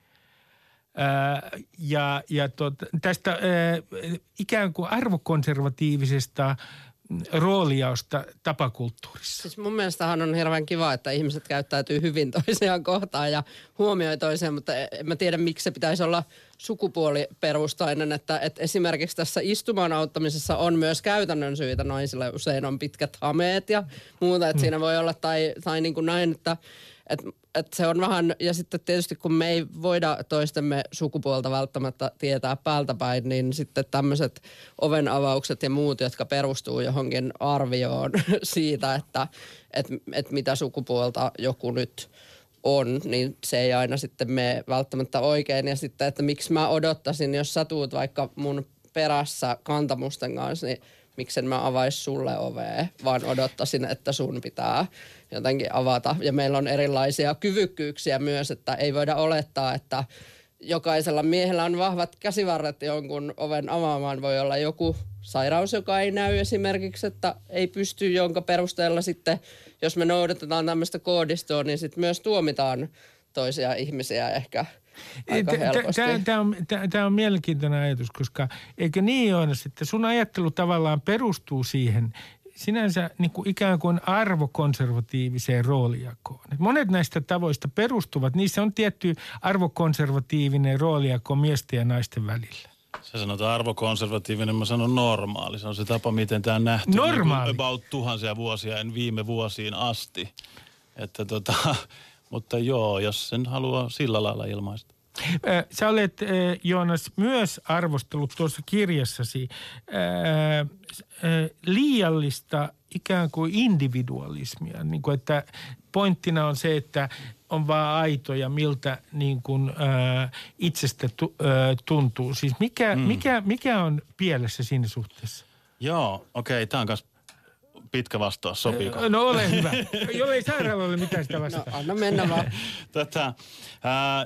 Speaker 3: Ää, ja ja tot, tästä ää, ikään kuin arvokonservatiivisesta roolijaosta tapakulttuurissa.
Speaker 4: Siis mun mielestähän on hirveän kiva, että ihmiset käyttäytyy hyvin toisiaan kohtaan ja huomioi toisiaan, mutta en mä tiedä, miksi se pitäisi olla sukupuoliperustainen, että, että esimerkiksi tässä istumaan auttamisessa on myös käytännön syitä. Naisille usein on pitkät hameet ja muuta, että hmm. siinä voi olla tai, tai niin kuin näin, että Että et se on vähän, ja sitten tietysti kun me ei voida toistemme sukupuolta välttämättä tietää päältä päin, niin sitten tämmöiset ovenavaukset ja muut, jotka perustuu johonkin arvioon siitä, että et, et mitä sukupuolta joku nyt on, niin se ei aina sitten mene välttämättä oikein. Ja sitten, että miksi mä odottaisin, jos sä tuut vaikka mun perässä kantamusten kanssa, niin miksen mä avais sulle ovea, vaan odottaisin, että sun pitää jotenkin avata. Ja meillä on erilaisia kyvykkyyksiä myös, että ei voida olettaa, että jokaisella miehellä on vahvat käsivarret jonkun oven avaamaan. Voi olla joku sairaus, joka ei näy esimerkiksi, että ei pysty, jonka perusteella sitten, jos me noudatetaan tämmöistä koodistoa, niin sitten myös tuomitaan toisia ihmisiä ehkä aika helposti.
Speaker 3: Tämä on, tämä on mielenkiintoinen ajatus, koska eikö niin ole, että sun ajattelu tavallaan perustuu siihen sinänsä niin kuin ikään kuin arvokonservatiiviseen roolijakoon. Et monet näistä tavoista perustuvat, niissä on tietty arvokonservatiivinen roolijako miesten ja naisten välillä.
Speaker 5: Sä sanot arvokonservatiivinen, mä sanon normaali. Se on se tapa, miten tämä on nähty
Speaker 3: normaali.
Speaker 5: Niin about tuhansia vuosia en viime vuosiin asti. Että tota, mutta joo, jos sen haluaa sillä lailla ilmaista.
Speaker 3: Sä olet, Joonas, myös arvostellut tuossa kirjassasi ää, ää, liiallista ikään kuin individualismia, niin kuin että pointtina on se, että on vaan aito ja miltä niin kuin, ää, itsestä tu, ää, tuntuu. Siis mikä, mm. mikä, mikä on pielessä siinä suhteessa?
Speaker 5: Joo, okei, okay, tämä on myös pitkä vastaus, sopiiko?
Speaker 3: No ole hyvä. Jollei sairaalalle mitään sitä vastata.
Speaker 4: No anna mennä vaan.
Speaker 5: Tätä, ää,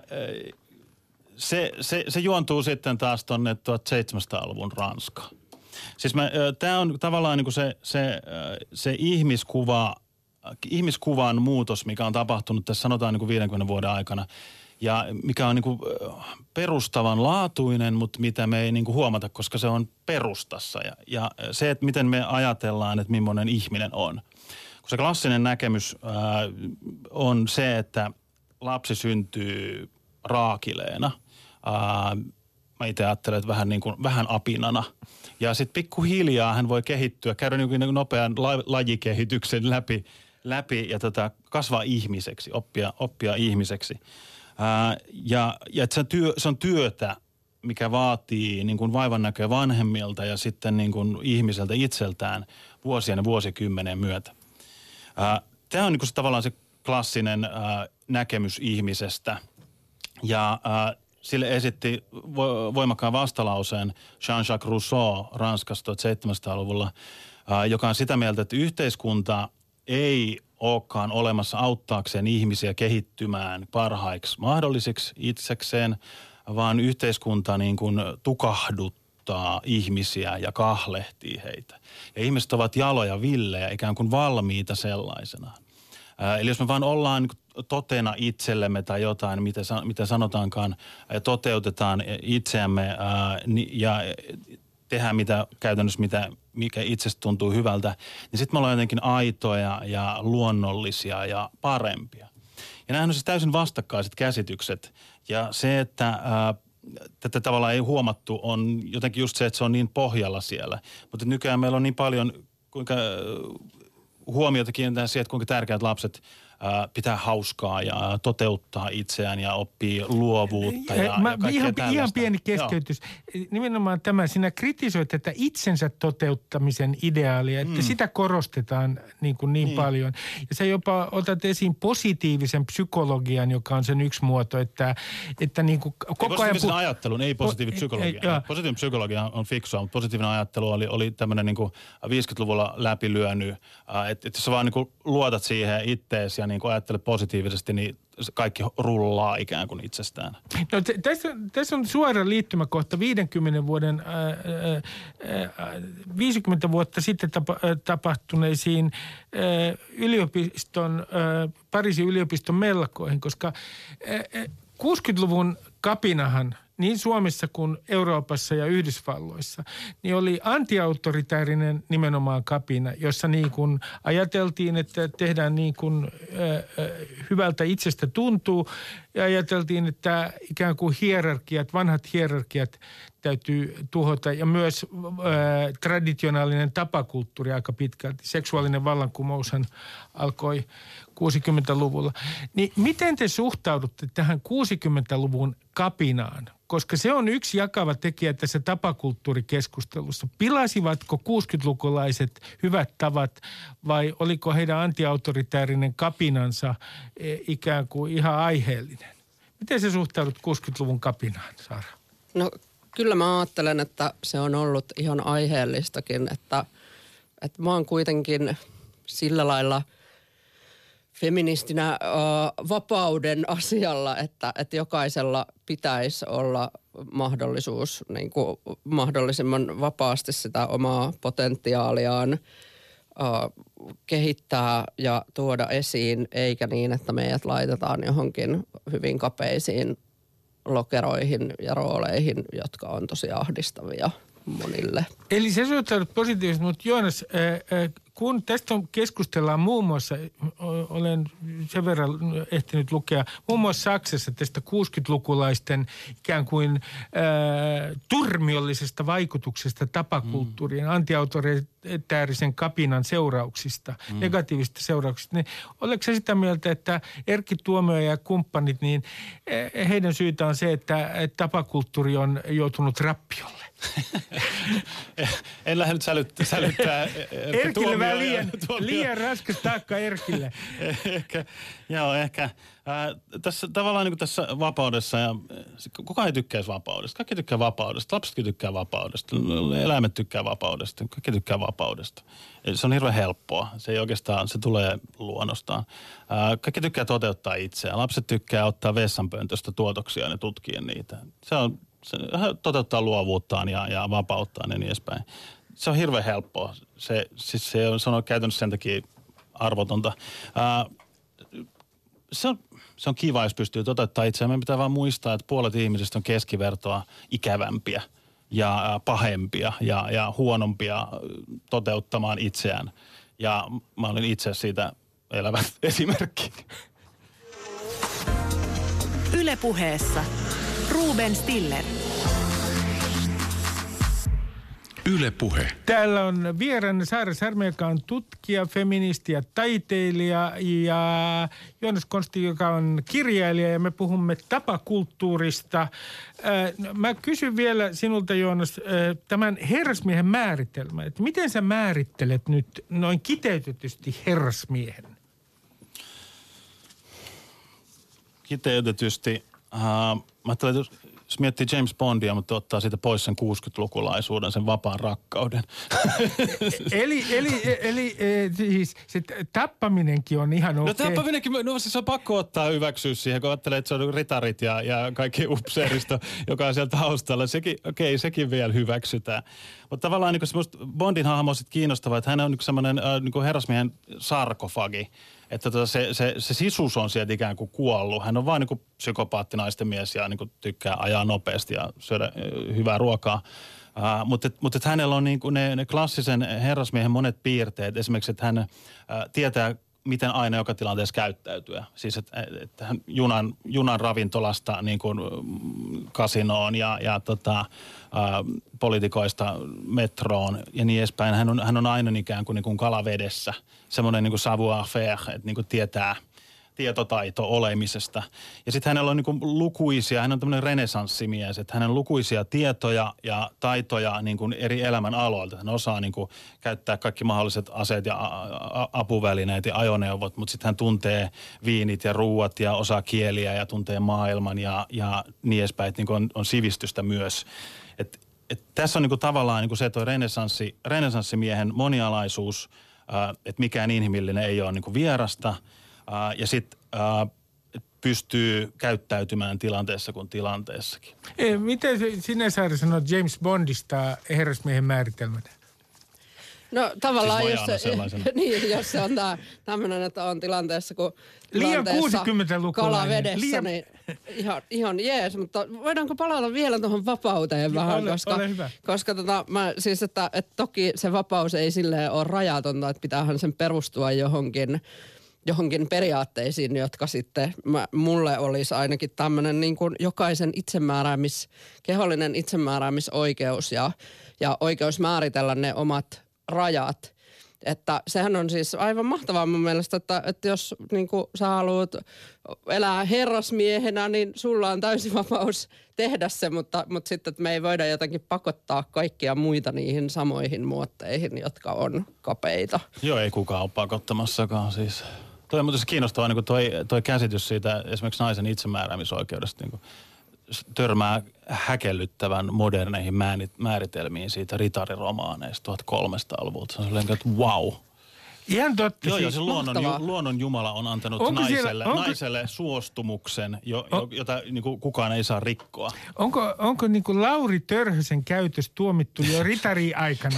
Speaker 5: se, se, se juontuu sitten taas tuonne seitsemäntoistasadan-luvun Ranskaan. Siis tämä on tavallaan niin kuin se, se, se ihmiskuva, ihmiskuvan muutos, mikä on tapahtunut tässä sanotaan niin kuin viidenkymmenen vuoden aikana. Ja mikä on niin kuin perustavanlaatuinen, mutta mitä me ei niin kuin huomata, koska se on perustassa. Ja, ja se, että miten me ajatellaan, että millainen ihminen on. Kun se klassinen näkemys ää, on se, että lapsi syntyy raakileena. Ää, mä itse ajattelen, että vähän, niin kuin, vähän apinana. Ja sitten pikkuhiljaa hän voi kehittyä, käydä niin kuin nopean la, lajikehityksen läpi, läpi ja tota, kasvaa ihmiseksi, oppia, oppia ihmiseksi. Ää, ja ja että se, työ, se on työtä, mikä vaatii niin kuin vaivan näköä vanhemmilta ja sitten niin kuin ihmiseltä itseltään vuosien ja vuosikymmenen myötä. Tämä on niin kuin se, tavallaan se klassinen ää, näkemys ihmisestä. Ja ää, sille esitti vo, voimakkaan vastalauseen Jean-Jacques Rousseau Ranskassa seitsemäntoistasadan-luvulla, ää, joka on sitä mieltä, että yhteiskunta ei olekaan olemassa auttaakseen ihmisiä kehittymään parhaiksi mahdollisiksi itsekseen, vaan yhteiskunta niin kuin tukahduttaa ihmisiä ja kahlehtii heitä. Ja ihmiset ovat jaloja villejä, ikään kuin valmiita sellaisenaan. Ää, eli jos me vaan ollaan niin kuin totena itsellemme tai jotain, mitä, mitä sanotaankaan, ja toteutetaan itseämme ää, ja tehdään mitä käytännössä, mitä, mikä itsestä tuntuu hyvältä, niin sitten me ollaan jotenkin aitoja ja luonnollisia ja parempia. Ja nämähän on siis täysin vastakkaiset käsitykset. Ja se, että ää, tätä tavallaan ei huomattu, on jotenkin just se, että se on niin pohjalla siellä. Mutta nykyään meillä on niin paljon, kuinka huomiota kiinnitetään siihen, että kuinka tärkeät lapset ää, pitää hauskaa ja toteuttaa itseään ja oppii luovuutta ja, ja
Speaker 3: Mä,
Speaker 5: kaikkea
Speaker 3: ihan,
Speaker 5: tällaista.
Speaker 3: ihan pieni keskeytys. Joo. Nimenomaan tämä, sinä kritisoit tätä itsensä toteuttamisen ideaalia, että mm. sitä korostetaan niin, kuin niin, niin paljon. Ja sä jopa otat esiin positiivisen psykologian, joka on sen yksi muoto, että, että niin kuin koko ajan...
Speaker 5: Positiivisen pu- ajattelun, ei positiivinen psykologia.
Speaker 3: Ei,
Speaker 5: positiivinen psykologia on fiksua, mutta positiivinen ajattelu oli, oli tämmöinen niin kuin viisikymmentäluvulla läpilyönyt, että et jos sä vaan niin kuin luotat siihen ittees ja niin kuin ajattelet positiivisesti, niin kaikki rullaa ikään kuin itsestään.
Speaker 3: No t- tässä, tässä on suora liittymäkohta viidenkymmenen vuoden, ää, ää, viisikymmentä vuotta sitten tapa, ää, tapahtuneisiin ää, yliopiston, ää, Pariisin yliopiston melkoihin, koska ää, kuusikymmentäluvun kapinahan niin Suomessa kuin Euroopassa ja Yhdysvalloissa, niin oli antiautoritäärinen nimenomaan kapina, jossa niin kuin ajateltiin, että tehdään niin kuin äh, hyvältä itsestä tuntuu ja ajateltiin, että ikään kuin hierarkiat, vanhat hierarkiat täytyy tuhota ja myös äh, traditionaalinen tapakulttuuri aika pitkälti. Seksuaalinen vallankumoushan alkoi kuusikymmentäluvulla. Niin miten te suhtaudutte tähän kuusikymmentäluvun kapinaan? Koska se on yksi jakava tekijä tässä tapakulttuurikeskustelussa. Pilasivatko kuusikymmentälukulaiset hyvät tavat vai oliko heidän antiautoritäärinen kapinansa ikään kuin ihan aiheellinen? Miten sä suhtaudut kuusikymmentäluvun kapinaan, Saara?
Speaker 4: No kyllä mä ajattelen, että se on ollut ihan aiheellistakin, että, että mä oon kuitenkin sillä lailla feministinä äh, vapauden asialla, että, että jokaisella pitäisi olla mahdollisuus niin kuin mahdollisimman vapaasti sitä omaa potentiaaliaan äh, kehittää ja tuoda esiin, eikä niin, että meidät laitetaan johonkin hyvin kapeisiin lokeroihin ja rooleihin, jotka on tosi ahdistavia monille.
Speaker 3: Eli se suhtaudut positiivisesti, mutta Joonas, kun tästä keskustellaan muun muassa, olen sen verran ehtinyt lukea, muun muassa Saksassa tästä kuusikymmentälukulaisten ikään kuin äh, turmiollisesta vaikutuksesta tapakulttuuriin, mm. antiautoritäärisen kapinan seurauksista, mm. negatiivisista seurauksista. Niin, oletko sä sitä mieltä, että Erkki Tuomioja ja kumppanit, niin heidän syytä on se, että tapakulttuuri on joutunut rappiolle?
Speaker 5: En lähde nyt sälyttää. sälyttää
Speaker 3: Erkille vähän liian, liian raskas taakka Erkille.
Speaker 5: ehkä, joo, ehkä. Ää, tässä, tavallaan niin kuin tässä vapaudessa, ja kukaan ei tykkäisi vapaudesta. Kaikki tykkää vapaudesta. Lapsetkin tykkää vapaudesta. Eläimet tykkää vapaudesta. Kaikki tykkää vapaudesta. Se on hirveän helppoa. Se ei oikeastaan, se tulee luonnostaan. Ää, kaikki tykkää toteuttaa itseään. Lapset tykkää ottaa vessanpöntöstä tuotoksia ja tutkia niitä. Se on, se toteuttaa luovuuttaan ja, ja vapauttaan ja niin edespäin. Se on hirveän helppoa. Se, siis se, on, se on käytännössä sen takia arvotonta. Ää, se, on, se on kiva, jos pystyy toteuttaa itseään. Meidän pitää vaan muistaa, että puolet ihmisistä on keskivertoa ikävämpiä ja pahempia ja, ja huonompia toteuttamaan itseään. Ja mä olin itse siitä elävä esimerkki.
Speaker 1: Yle Puheessa Ruben Stiller.
Speaker 2: Yle Puhe.
Speaker 3: Täällä on vieraana Saara Särmä, joka on tutkija, feministi ja taiteilija, ja Joonas Konsti, joka on kirjailija, ja me puhumme tapakulttuurista. Mä kysyn vielä sinulta, Joonas, tämän herrasmiehen määritelmän. Että miten sä määrittelet nyt noin kiteytetysti herrasmiehen?
Speaker 5: Kiteytetysti. Uh, mä ajattelin, jos miettii James Bondia, mutta ottaa siitä pois sen kuusikymmentälukulaisuuden, sen vapaan rakkauden.
Speaker 3: eli, eli, eli siis se tappaminenkin on ihan okei.
Speaker 5: No tappaminenkin, no siis on pakko ottaa hyväksyä siihen, kun ajattelee, että se on ritarit ja, ja kaikki upseeristo, joka on siellä taustalla. Sekin, okei, sekin vielä hyväksytään. Mutta tavallaan niin semmoista Bondin hahmo on sitten kiinnostavaa, että hän on niin semmoinen äh, niin herrasmiehen sarkofagi. Että tota se, se, se sisus on sieltä ikään kuin kuollut. Hän on vaan niin kuin psykopaattinaisten mies ja niin kuin tykkää ajaa nopeasti ja syödä äh, hyvää ruokaa. Uh, mutta mutta et hänellä on niin kuin ne, ne klassisen herrasmiehen monet piirteet. Esimerkiksi, että hän uh, tietää, miten aina joka tilanteessa käyttäytyä. Siis, että et hän junan, junan ravintolasta niin kuin kasinoon ja, ja tota, uh, poliitikoista metroon ja niin edespäin. Hän on, hän on aina ikään kuin, niin kuin kalavedessä. Semmoinen niin kuin savoir-faire, että niin kuin tietää tietotaito olemisesta. Ja sitten hänellä on niin kuin lukuisia, hän on tämmöinen renesanssimies, että hänellä on lukuisia tietoja ja taitoja niin kuin eri elämän aloilta. Hän osaa niin kuin käyttää kaikki mahdolliset aseet ja a- a- apuvälineet ja ajoneuvot, mutta sitten hän tuntee viinit ja ruuat ja osaa kieliä ja tuntee maailman ja, ja niin edespäin, että niin kuin on, on sivistystä myös. Et, et tässä on niin kuin tavallaan niin kuin se toi renesanssi, renesanssimiehen monialaisuus, äh, että mikään inhimillinen ei ole niin kuin vierasta. Uh, ja sitten uh, pystyy käyttäytymään tilanteessa kuin tilanteessakin.
Speaker 3: Ei, miten sinä, Saara, sanot James Bondista herrasmiehen määritelmänä?
Speaker 4: No tavallaan,
Speaker 5: siis
Speaker 4: jos se, niin, jos se on tää, tämmöinen, että on tilanteessa, kun
Speaker 3: liian kuusikymmentälukulainen.
Speaker 4: Kalavedessä,
Speaker 3: liian...
Speaker 4: niin ihan, ihan jees. Mutta voidaanko palata vielä tuohon vapauteen vähän?
Speaker 3: Ole,
Speaker 4: koska
Speaker 3: ole hyvä.
Speaker 4: koska tota, mä, siis, että, että toki se vapaus ei silleen ole rajatonta, että pitäähän sen perustua johonkin johonkin periaatteisiin, jotka sitten mä, mulle olisi ainakin tämmöinen niin kuin jokaisen itsemääräämis, kehollinen itsemääräämisoikeus ja, ja oikeus määritellä ne omat rajat. Että sehän on siis aivan mahtavaa mun mielestä, että, että jos niin kuin sä haluat elää herrasmiehenä, niin sulla on täysi vapaus tehdä se, mutta, mutta sitten että me ei voida jotenkin pakottaa kaikkia muita niihin samoihin muotteihin, jotka on kapeita.
Speaker 5: Joo, ei kukaan ole pakottamassakaan siis. Toi on muuten se kiinnostavaa, niin toi, toi käsitys siitä esimerkiksi naisen itsemääräämisoikeudesta, niin kuin törmää häkellyttävän moderneihin määritelmiin siitä ritariromaaneista tuhatkolmesataaluvulta. Se on sellainen, että wow.
Speaker 3: Ihan totta.
Speaker 5: Joo,
Speaker 3: siis
Speaker 5: joo, se luonnon, luonnon Jumala on antanut
Speaker 3: onko
Speaker 5: naiselle,
Speaker 3: siellä, onko,
Speaker 5: naiselle suostumuksen, jo, on, jota niin kuin kukaan ei saa rikkoa.
Speaker 3: Onko, onko niin kuin Lauri Törhösen käytös tuomittu jo ritari-aikana?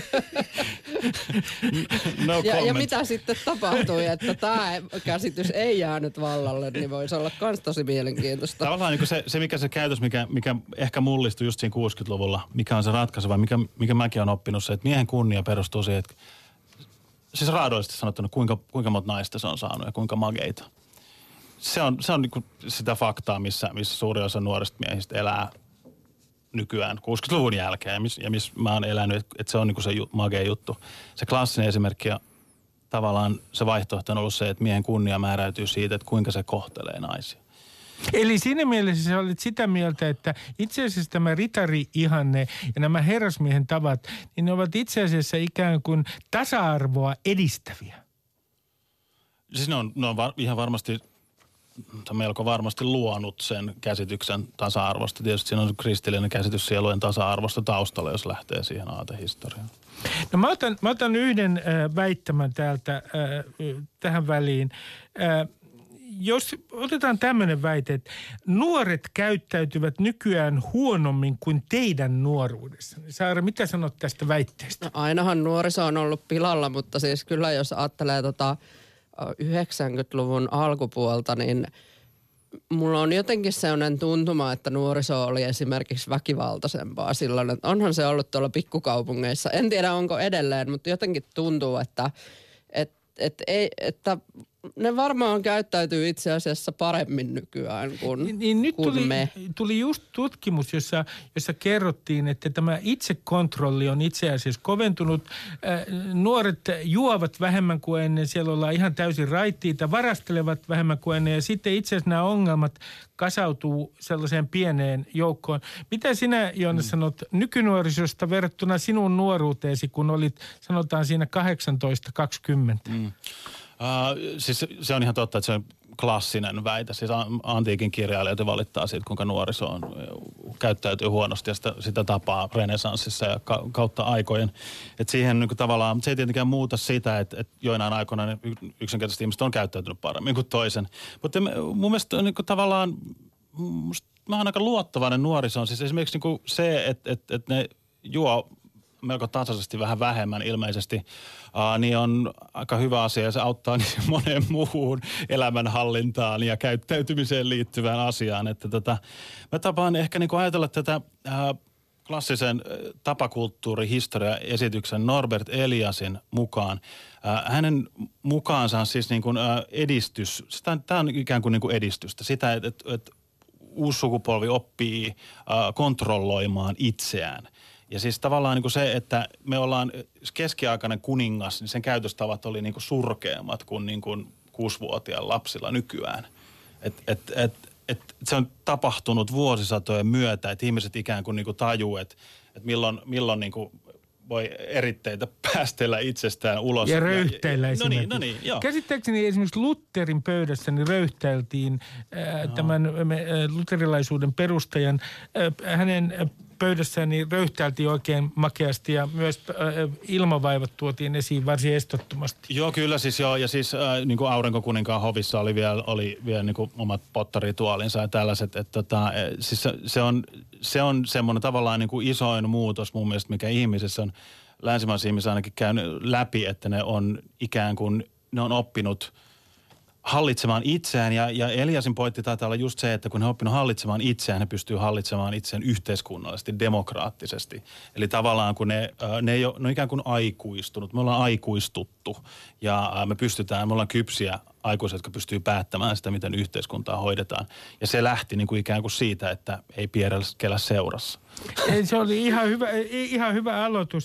Speaker 5: No
Speaker 4: ja, ja mitä sitten tapahtui, että tämä käsitys ei jäänyt vallalle, niin voisi olla myös tosi mielenkiintoista.
Speaker 5: Tavallaan niin se, se, mikä se käytös, mikä, mikä ehkä mullistui just siinä kuusikymmentäluvulla, mikä on se ratkaiseva, mikä, mikä mäkin olen oppinut se, että miehen kunnia perustuu siihen, että siis raadollisesti sanottuna, kuinka, kuinka monta naista se on saanut ja kuinka mageita. Se on, se on niin kuin sitä faktaa, missä, missä suuri osa nuorista miehistä elää nykyään kuusikymmentäluvun jälkeen ja missä ja miss mä oon elänyt, että se on niin kuin se ju, magea juttu. Se klassinen esimerkki ja tavallaan se vaihtoehto on ollut se, että miehen kunnia määräytyy siitä, että kuinka se kohtelee naisia.
Speaker 3: Eli siinä mielessä sä olet sitä mieltä, että itse asiassa tämä ritari-ihanne ja nämä herrasmiehen tavat, niin ne ovat itse asiassa ikään kuin tasa-arvoa edistäviä.
Speaker 5: Siis ne on, ne on var, ihan varmasti, melko varmasti luonut sen käsityksen tasa-arvosta. Tietysti siinä on kristillinen käsitys sielujen tasa-arvosta taustalla, jos lähtee siihen aatehistoriaan.
Speaker 3: No mä otan, mä otan yhden äh, väittämän täältä äh, tähän väliin. Äh, Jos otetaan tämmöinen väite, että nuoret käyttäytyvät nykyään huonommin kuin teidän nuoruudessa. Saara, mitä sanot tästä väitteestä?
Speaker 4: No, ainahan nuoriso on ollut pilalla, mutta siis kyllä jos ajattelee tota yhdeksänkymmentäluvun alkupuolta, niin mulla on jotenkin sellainen tuntuma, että nuoriso oli esimerkiksi väkivaltaisempaa silloin. Että onhan se ollut tuolla pikkukaupungeissa. En tiedä, onko edelleen, mutta jotenkin tuntuu, että, että, että, ei, että ne varmaan käyttäytyy itse asiassa paremmin nykyään kuin,
Speaker 3: niin, niin nyt
Speaker 4: kuin
Speaker 3: tuli,
Speaker 4: me.
Speaker 3: tuli just tutkimus, jossa, jossa kerrottiin, että tämä itsekontrolli on itse asiassa koventunut. Äh, nuoret juovat vähemmän kuin ennen, siellä ollaan ihan täysin raittiita, varastelevat vähemmän kuin ennen ja sitten itse asiassa nämä ongelmat kasautuu sellaiseen pieneen joukkoon. Mitä sinä, Joona, mm. sanot nykynuorisosta verrattuna sinun nuoruuteesi, kun olit sanotaan siinä kahdeksantoista kaksikymmentä? Mm.
Speaker 5: Uh, siis se on ihan totta, että se on klassinen väite. Siis antiikin kirjailijat valittaa siitä, kuinka nuoriso on, käyttäytyy huonosti ja sitä, sitä tapaa renesanssissa ja ka, kautta aikojen. Että siihen niin tavallaan, mutta se ei tietenkään muuta sitä, että, että joinain aikoina yksinkertaisesti ihmiset on käyttäytynyt paremmin kuin toisen. Mutta mun mielestä niin tavallaan, musta, mä oon aika luottavainen nuorisoon. Siis esimerkiksi niin se, että, että, että ne juo melko tasaisesti vähän vähemmän ilmeisesti, uh, niin on aika hyvä asia ja se auttaa niin moneen muuhun elämänhallintaan ja käyttäytymiseen liittyvään asiaan. Että tota, mä tapaan ehkä niin kuin ajatella tätä uh, klassisen tapakulttuurihistoria-esityksen Norbert Eliasin mukaan. Uh, hänen mukaansa siis niin kuin uh, edistys, tämä on ikään kuin, niin kuin edistystä, sitä, että et, et uusi sukupolvi oppii uh, kontrolloimaan itseään. Ja siis tavallaan niin kuin se, että me ollaan keskiaikainen kuningas, niin sen käytöstavat oli niin kuin surkeammat kuin, niin kuin kuusivuotiaan lapsilla nykyään. Et, et, et, et se on tapahtunut vuosisatojen myötä, että ihmiset ikään kuin, niin kuin tajuu, että, että milloin, milloin niin kuin voi eritteitä päästellä itsestään ulos.
Speaker 3: Ja röyhteillä
Speaker 5: ja,
Speaker 3: esimerkiksi.
Speaker 5: No niin, no niin, joo.
Speaker 3: Käsittääkseni esimerkiksi Lutherin pöydässä niin röyhtäiltiin ää, no. tämän ää, luterilaisuuden perustajan, ää, hänen pöydässään niin röyhtäiltiin oikein makeasti ja myös äh, ilmavaivat tuotiin esiin varsin estottomasti.
Speaker 5: Joo, kyllä siis joo. Ja siis äh, niin kuin Aurinkokuninkaan hovissa oli vielä, oli vielä niin kuin omat pottarituolinsa ja tällaiset. Että tota, siis se on, se on semmoinen tavallaan niin kuin isoin muutos mun mielestä, mikä ihmisessä on, länsimaisissa ihmisissä ainakin käynyt läpi, että ne on ikään kuin, ne on oppinut hallitsemaan itseään ja, ja Eliasin pointti taitaa olla just se, että kun he on oppinut hallitsemaan itseään, he pystyy hallitsemaan itseään yhteiskunnallisesti, demokraattisesti. Eli tavallaan kun ne, ne ei ole, ne on ikään kuin aikuistunut, me ollaan aikuistuttu ja me pystytään, me ollaan kypsiä aikuisia, jotka pystyy päättämään sitä, miten yhteiskuntaa hoidetaan. Ja se lähti niin kuin ikään kuin siitä, että ei piereskellä seurassa.
Speaker 3: Se oli ihan hyvä, ihan hyvä aloitus.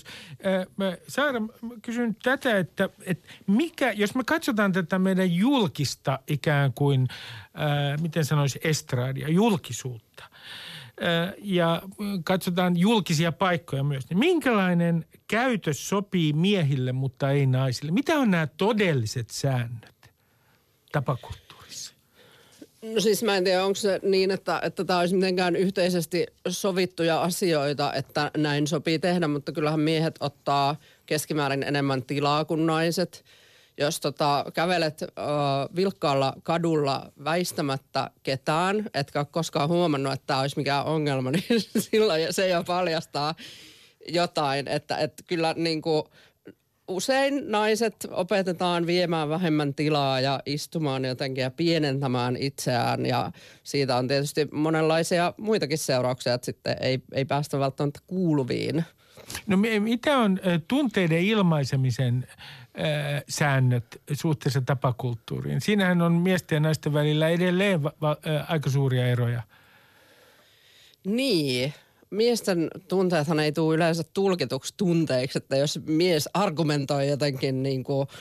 Speaker 3: Saara, kysyn tätä, että, että mikä, jos me katsotaan tätä meidän julkista ikään kuin, ää, miten sanoisi, estradia, julkisuutta, ää, ja katsotaan julkisia paikkoja myös, niin minkälainen käytös sopii miehille, mutta ei naisille? Mitä on nämä todelliset säännöt tapakulttuurissa?
Speaker 4: No siis mä en tiedä, onko se niin, että, että tämä olisi mitenkään yhteisesti sovittuja asioita, että näin sopii tehdä, mutta kyllähän miehet ottaa keskimäärin enemmän tilaa kuin naiset. Jos tota, kävelet äh, vilkkaalla kadulla väistämättä ketään, etkä ole koskaan huomannut, että tämä olisi mikään ongelma, niin silloin se jo paljastaa jotain, että, että kyllä niin kuin usein naiset opetetaan viemään vähemmän tilaa ja istumaan jotenkin ja pienentämään itseään ja siitä on tietysti monenlaisia muitakin seurauksia, että sitten ei, ei päästä välttämättä kuuluviin.
Speaker 3: No mitä on tunteiden ilmaisemisen äh, säännöt suhteessa tapakulttuuriin? Siinähän on miesten ja naisten välillä edelleen va- va- äh, aika suuria eroja.
Speaker 4: Niin. Miesten tunteethan ei tule yleensä tulkituksi tunteiksi, että jos mies argumentoi jotenkin niin kuin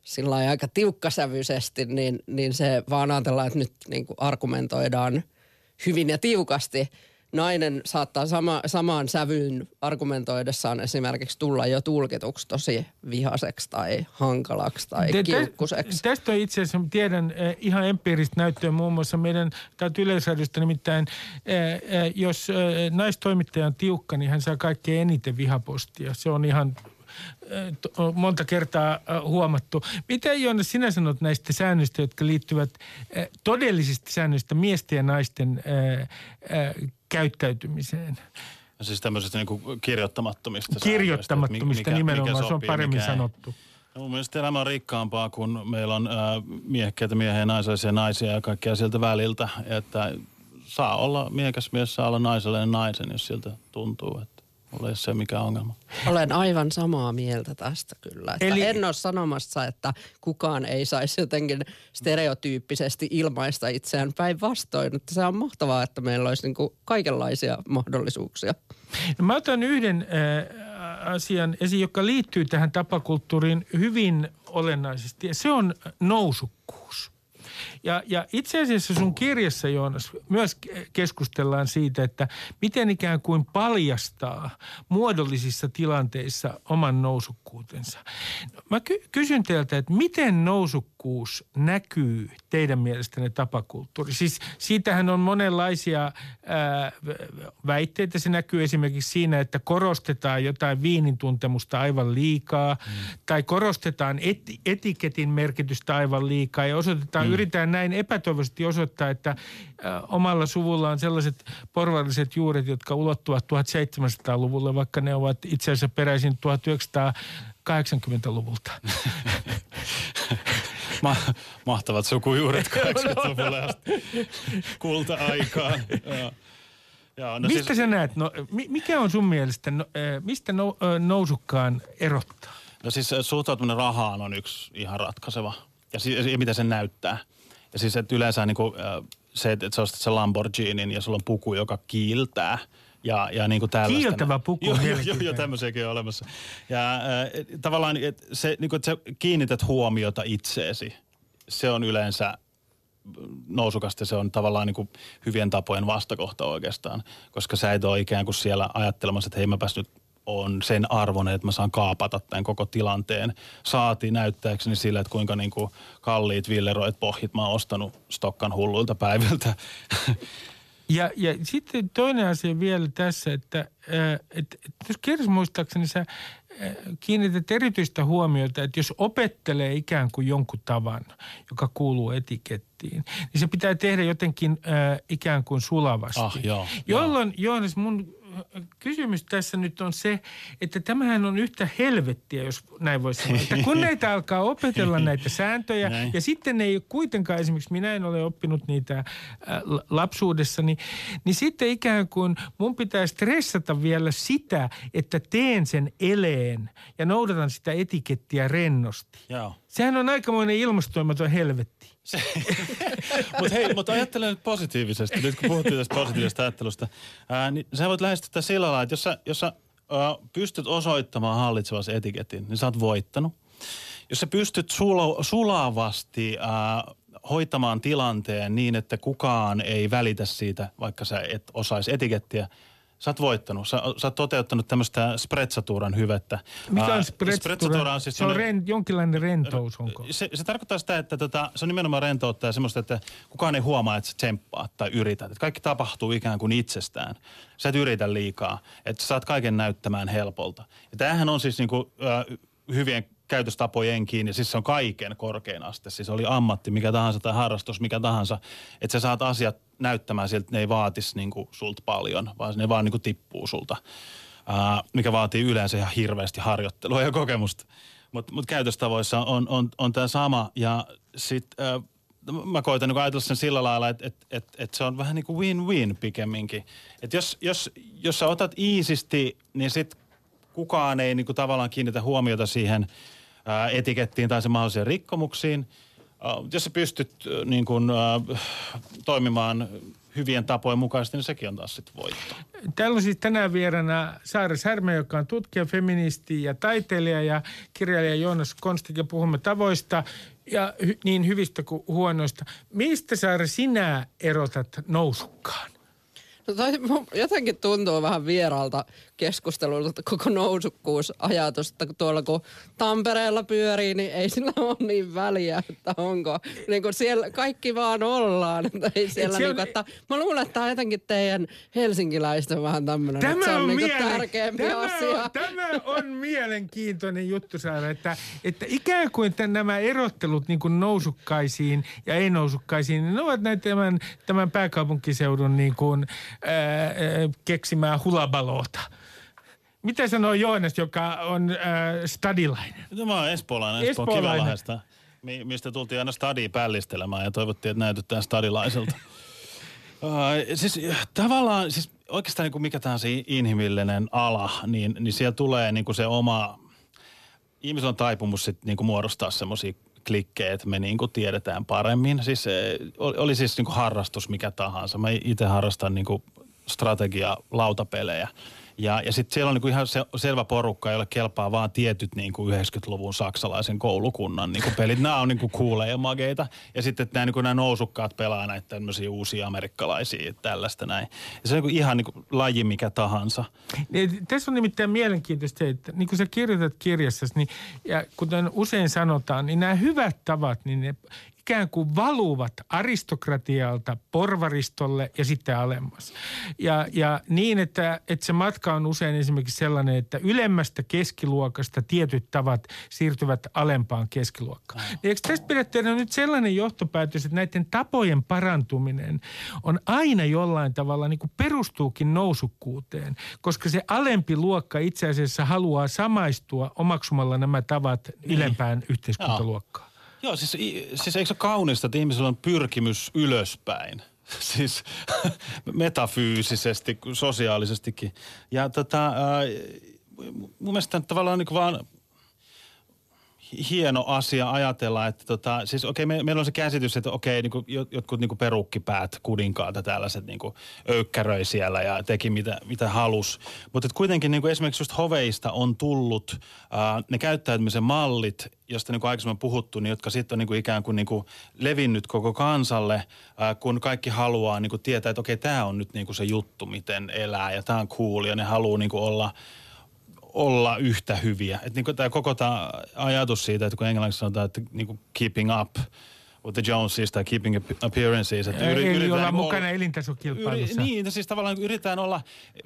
Speaker 4: sillä lailla aika tiukkasävyisesti, niin, niin se vaan ajatellaan, että nyt niin kuin argumentoidaan hyvin ja tiukasti. Nainen saattaa sama, samaan sävyyn argumentoidessaan esimerkiksi tulla jo tulkituksi tosi vihaseksi tai hankalaksi tai Te, kiukkuseksi.
Speaker 3: Tästä on itse asiassa, tiedän eh, ihan empiiristä näyttöä muun muassa meidän täältä Yleisradiosta, nimittäin eh, eh, jos eh, naistoimittaja on tiukka, niin hän saa kaikkein eniten vihapostia. Se on ihan monta kertaa huomattu. Mitä Joona sinä sanot näistä säännöistä, jotka liittyvät todellisista säännöistä miesten ja naisten ää, ää, käyttäytymiseen?
Speaker 5: No siis tämmöisistä niin kirjoittamattomista
Speaker 3: Kirjoittamattomista mikä, nimenomaan, mikä sopii, se on paremmin sanottu.
Speaker 5: No mun mielestä elämä on rikkaampaa, kun meillä on ää, miehekkäitä miehiä ja naisellisia naisia ja kaikkea sieltä väliltä. Että saa olla miehekäs mies, saa olla naisellinen naisen, jos siltä tuntuu, että mulla ei ole se mikään ongelma.
Speaker 4: Olen aivan samaa mieltä tästä kyllä. Että Eli... En ole sanomassa, että kukaan ei saisi jotenkin stereotyyppisesti ilmaista itseään päinvastoin. Että se on mahtavaa, että meillä olisi niin kuin kaikenlaisia mahdollisuuksia.
Speaker 3: No mä otan yhden äh, asian esiin, joka liittyy tähän tapakulttuuriin hyvin olennaisesti. Ja se on nousukkuus. Ja, ja itse asiassa sun kirjassa, Joonas, myös keskustellaan siitä, että miten ikään kuin paljastaa muodollisissa tilanteissa oman nousukkuutensa. Mä ky- kysyn teiltä, että miten nousukkuus näkyy teidän mielestänne tapakulttuuri? Siis siitähän on monenlaisia ää, väitteitä. Se näkyy esimerkiksi siinä, että korostetaan jotain viinin tuntemusta aivan liikaa mm. tai korostetaan eti- etiketin merkitystä aivan liikaa ja osoitetaan, mm. yritetään näin epätoivoisesti osoittaa, että ä, omalla suvulla on sellaiset porvalliset juuret, jotka ulottuvat tuhatseitsemänsataaluvulle, vaikka ne ovat itse asiassa peräisin tuhatyhdeksänsataakahdeksankymmentäluvulta.
Speaker 5: Ma- mahtavat sukujuuret kahdeksankymmentäluvulle asti kulta-aikaan. Ja, ja, no
Speaker 3: mistä
Speaker 5: siis...
Speaker 3: sä näet, no, mikä on sun mielestä, no, mistä no, nousukkaan erottaa?
Speaker 5: No siis suhtautuminen rahaan on yksi ihan ratkaiseva. Ja, siis, ja mitä se näyttää. Ja siis että yleensä niin kuin, se, että sä ostat sen Lamborghinin ja sulla on puku, joka kiiltää. Ja, ja niin kuin tällaista.
Speaker 3: Kiiltävä puku.
Speaker 5: Joo, joo, jo, jo, tämmöisiäkin on olemassa. Ja äh, tavallaan, että se, niin kuin, että sä kiinnität huomiota itseesi. Se on yleensä nousukasta, se on tavallaan niin kuin hyvien tapojen vastakohta oikeastaan. Koska sä et ole ikään kuin siellä ajattelemassa, että hei mäpäs nyt on sen arvoinen, että mä saan kaapata tämän koko tilanteen. Saati näyttääkseni sille, että kuinka niin kuin kalliit villeroit pohjit mä oon ostanut Stokkan hulluilta päiviltä.
Speaker 3: Ja, ja sitten toinen asia vielä tässä, että, että, että jos kirjassa muistaakseni sä kiinnität erityistä huomiota, että jos opettelee ikään kuin jonkun tavan, joka kuuluu etikettiin, niin se pitää tehdä jotenkin äh, ikään kuin sulavasti.
Speaker 5: Ah, joo,
Speaker 3: jolloin,
Speaker 5: joo.
Speaker 3: Joonas, mun kysymys tässä nyt on se, että tämähän on yhtä helvettiä, jos näin voisi sanoa. Että kun näitä alkaa opetella näitä sääntöjä näin. Ja sitten ne ei kuitenkaan, esimerkiksi minä en ole oppinut niitä äh, lapsuudessani, niin sitten ikään kuin mun pitää stressata vielä sitä, että teen sen eleen ja noudatan sitä etikettiä rennosti.
Speaker 5: Joo.
Speaker 3: Sehän on aikamoinen ilmastoimaton helvetti.
Speaker 5: Mutta hei, mutta ajattelen nyt positiivisesti, nyt kun puhuttiin tästä positiivisesta ajattelusta, ää, niin sä voit lähestyä sillä lailla, että jos sä, jos sä ää, pystyt osoittamaan hallitsevasi etiketin, niin sä oot voittanut. Jos sä pystyt sula, sulavasti ää, hoitamaan tilanteen niin, että kukaan ei välitä siitä, vaikka sä et osaisi etikettiä, sä oot voittanut. Sä, sä oot toteuttanut tämmöistä spretsatuuran hyvettä.
Speaker 3: Mikä on spretsatuura? On siis se on ren, jonkinlainen rentous, onko?
Speaker 5: Se, se tarkoittaa sitä, että tota, se on nimenomaan rentoutta ja semmoista, että kukaan ei huomaa, että sä tsemppaat tai yrität. Että kaikki tapahtuu ikään kuin itsestään. Sä et yritä liikaa. Että sä saat kaiken näyttämään helpolta. Ja tämähän on siis niinku, äh, hyvien käytöstapojen kiinni. Siis se on kaiken korkein aste. Siis oli ammatti, mikä tahansa tai harrastus, mikä tahansa. Että sä saat asiat näyttämään siltä, että ne ei vaatisi niinku sulta paljon, vaan ne vaan niinku tippuu sulta. Uh, mikä vaatii yleensä ihan hirveästi harjoittelua ja kokemusta. Mutta mut käytöstavoissa on, on, on tämä sama. Ja sitten uh, mä koitan niinku ajatella sen sillä lailla, että et, et, et se on vähän niin kuin win-win pikemminkin. Että jos, jos, jos sä otat iisisti, niin sitten kukaan ei niinku tavallaan kiinnitä huomiota siihen uh, etikettiin tai sen mahdollisiin rikkomuksiin. Uh, jos sä pystyt uh, niin kun, uh, toimimaan hyvien tapojen mukaisesti, niin sekin on taas sitten voitto.
Speaker 3: Täällä on siis tänään vieraana Saara Särmä, joka on tutkija, feministi ja taiteilija ja kirjailija Joonas Konstik, ja puhumme tavoista ja hy- niin hyvistä kuin huonoista. Mistä, Saara, sinä erotat nousukkaan?
Speaker 4: No toi jotenkin tuntuu vähän vieraalta keskustelulta koko nousukkuusajatus, että tuolla kun Tampereella pyörii, niin ei sillä ole niin väliä, että onko. Niin kuin siellä kaikki vaan ollaan. Että ei siellä
Speaker 3: Et
Speaker 4: niin
Speaker 3: on...
Speaker 4: kuin, että mä luulen, että tämä on jotenkin teidän helsinkiläisten vähän tämmöinen,
Speaker 3: Tämä
Speaker 4: että se on,
Speaker 3: on,
Speaker 4: niin kuin
Speaker 3: mielen...
Speaker 4: tärkeämpi
Speaker 3: tämä
Speaker 4: asia.
Speaker 3: On, tämä on mielenkiintoinen juttu, Saara, että, että ikään kuin tämän, nämä erottelut niin kuin nousukkaisiin ja ei-nousukkaisiin, niin ne ovat näitä tämän, tämän pääkaupunkiseudun niin kuin, ää, keksimää hulabaloota. Mitä sanoo Joonas, joka on äh, stadilainen?
Speaker 5: No, mä oon espoolainen, Espoon
Speaker 3: Espoolainen.
Speaker 5: Kivenlahdesta, mistä tultiin aina stadia pällistelemään ja toivottiin, että näytytään stadilaiselta. uh, siis tavallaan, siis oikeastaan niin kuin mikä tahansa inhimillinen ala, niin, niin siellä tulee niin kuin se oma, ihmisellä on taipumus sit niin kuin muodostaa semmoisia klikkejä, että me niin kuin tiedetään paremmin. Siis oli, oli siis niin kuin harrastus mikä tahansa. Mä itse harrastan niin kuin strategia lautapelejä. Ja, ja sitten siellä on niinku ihan se, selvä porukka, jolle kelpaa vaan tietyt niinku yhdeksänkymmentäluvun saksalaisen koulukunnan niinku pelit. Nämä on niinku cooleja ja mageita. Ja sitten nämä niinku nousukkaat pelaa näitä tämmöisiä uusia amerikkalaisia tällaista näin. Ja se on niinku ihan niinku laji mikä tahansa.
Speaker 3: Niin, tässä on nimittäin mielenkiintoista se, että niin kuin sä kirjoitat kirjassasi, niin, ja kuten usein sanotaan, niin nämä hyvät tavat, niin ne ikään kuin valuvat aristokratialta porvaristolle ja sitten alemmas. Ja, ja niin, että, että se matka on usein esimerkiksi sellainen, että ylemmästä keskiluokasta tietyt tavat siirtyvät alempaan keskiluokkaan. Niin eikö tästä pidä tehdä nyt sellainen johtopäätös, että näiden tapojen parantuminen on aina jollain tavalla niin kuin perustuukin nousukkuuteen, koska se alempi luokka itse asiassa haluaa samaistua omaksumalla nämä tavat ylempään yhteiskuntaluokkaan.
Speaker 5: Joo, siis, siis eikö se ole kaunista, että ihmisellä on pyrkimys ylöspäin? Siis metafyysisesti, sosiaalisestikin. Ja tota, äh, mun mielestä tavallaan niin vaan hieno asia ajatella, että tota, siis okei, okay, me, meillä on se käsitys, että okei, okay, niin jotkut niin perukkipäät, kuninkaat ja tällaiset niin öykkäröi siellä ja teki mitä, mitä halus. Mutta kuitenkin niin esimerkiksi just hoveista on tullut ää, ne käyttäytymisen mallit, josta niin aikaisemmin puhuttu, niin jotka sitten on niin ikään kuin, niin kuin levinnyt koko kansalle, ää, kun kaikki haluaa niin tietää, että okei, okay, tämä on nyt niin se juttu, miten elää ja tämä on cool ja ne haluaa niin olla olla yhtä hyviä. Että niinku tämä koko tämä ajatus siitä, että kun englanniksi sanotaan, että niinku keeping up with the Joneses tai keeping appearances. Että
Speaker 3: Eli
Speaker 5: yritetään
Speaker 3: olla
Speaker 5: niinku
Speaker 3: mukana
Speaker 5: olla,
Speaker 3: elintasokilpailussa.
Speaker 5: Yri, niin, siis tavallaan yritetään olla,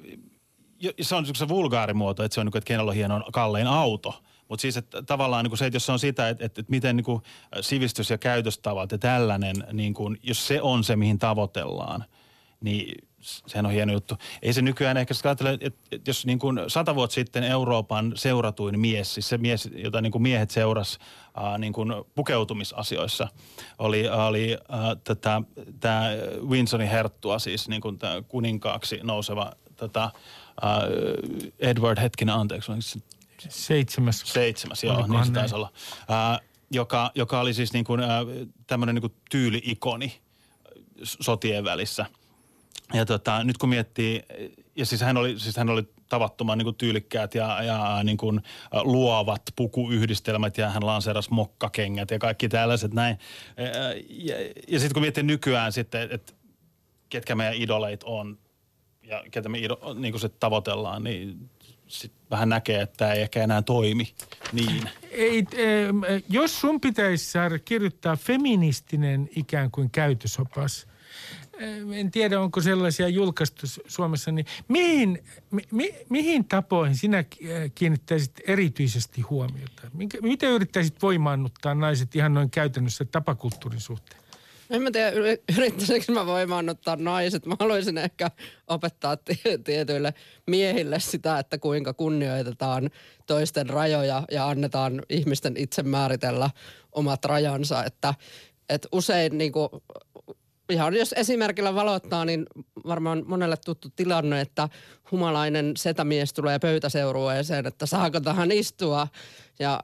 Speaker 5: se on se vulgaarimuoto, että se on niinku, että kenellä on hieno kallein auto. Mutta siis että tavallaan niinku se, että jos se on sitä, että, että, että miten niinku sivistys ja käytöstavat ja tällainen, niinku, jos se on se, mihin tavoitellaan, niin sehän on hieno juttu. Ei se nykyään ehkä, jos ajattelee, että, että jos niin kuin sata vuotta sitten Euroopan seuratuin mies, siis se mies, jota niin kuin miehet seurasi äh, niin kuin pukeutumisasioissa, oli, oli äh, tätä, tämä Windsorin herttua, siis niin kuin tämä kuninkaaksi nouseva tätä, äh, Edward Hetkinen, anteeksi,
Speaker 3: Seitsemäs.
Speaker 5: Seitsemäs, joo, niin se taisi olla. Äh, joka, joka oli siis niin kuin äh, tämmöinen niin kuin tyyli-ikoni sotien välissä. Ja tota, nyt kun miettii, ja siis hän oli, siis hän oli tavattoman niin kuin tyylikkäät ja, ja niin kuin luovat pukuyhdistelmät ja hän lanseerasi mokkakengät ja kaikki tällaiset näin. Ja, ja, ja sitten kun miettii nykyään sitten, että ketkä meidän idoleit on ja ketä me ido, niin kuin se tavoitellaan, niin sitten vähän näkee, että tämä ei ehkä enää toimi niin.
Speaker 3: Ei, äh, jos sun pitäisi saada kirjoittaa feministinen ikään kuin käytösopas, en tiedä, onko sellaisia julkaistu Suomessa, niin mihin, mi, mihin tapoihin sinä kiinnittäisit erityisesti huomiota? Minkä, miten yrittäisit voimaannuttaa naiset ihan noin käytännössä tapakulttuurin suhteen?
Speaker 4: En mä tiedä, yrittäisikö mä voimaannuttaa naiset. Mä haluaisin ehkä opettaa t- tietyille miehille sitä, että kuinka kunnioitetaan toisten rajoja ja annetaan ihmisten itse määritellä omat rajansa. Että, että usein niinku ihan jos esimerkillä valottaa, niin varmaan monelle tuttu tilanne, että humalainen setämies tulee pöytäseurueeseen, että saako tähän istua. Ja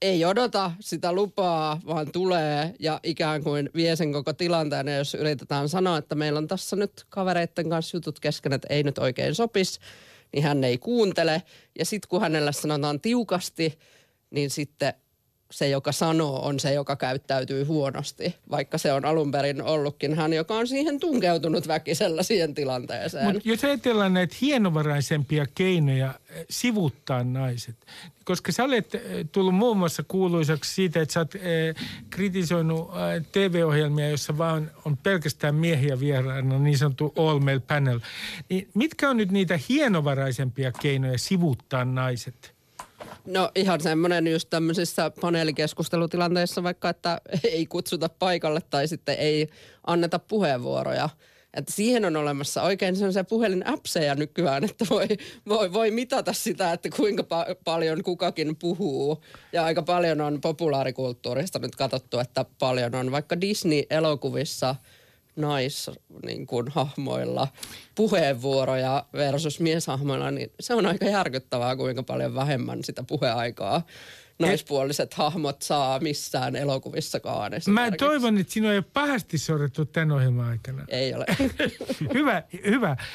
Speaker 4: ei odota sitä lupaa, vaan tulee ja ikään kuin vie sen koko tilanteen. Ja jos yritetään sanoa, että meillä on tässä nyt kavereitten kanssa jutut kesken, että ei nyt oikein sopisi, niin hän ei kuuntele. Ja sitten kun hänelle sanotaan tiukasti, niin sitten se, joka sanoo, on se, joka käyttäytyy huonosti. Vaikka se on alun perin ollutkin hän, joka on siihen tunkeutunut väkisellä siihen tilanteeseen.
Speaker 3: Mutta jos ajatellaan näitä hienovaraisempia keinoja sivuttaa naiset, koska sä olet tullut muun muassa kuuluisaksi siitä, että sä oot eh, kritisoinut eh, T V-ohjelmia, jossa vaan on pelkästään miehiä vieraana, niin sanottu all male panel. Niin mitkä on nyt niitä hienovaraisempia keinoja sivuttaa naiset?
Speaker 4: No ihan semmoinen just tämmöisissä paneelikeskustelutilanteissa vaikka, että ei kutsuta paikalle tai sitten ei anneta puheenvuoroja. Että siihen on olemassa oikein sellaisia puhelin-appseja nykyään, että voi, voi, voi mitata sitä, että kuinka pa- paljon kukakin puhuu. Ja aika paljon on populaarikulttuurista nyt katsottu, että paljon on vaikka Disney-elokuvissa nais niin kuin, hahmoilla puheenvuoroja versus mieshahmoilla, niin se on aika järkyttävää, kuinka paljon vähemmän sitä puheaikaa naispuoliset hahmot saa missään elokuvissakaan.
Speaker 3: Mä toivon, että sinua ei ole pahasti sorrettu tämän ohjelman aikana.
Speaker 4: Ei ole.
Speaker 3: Hyvä, hyvä. Äh,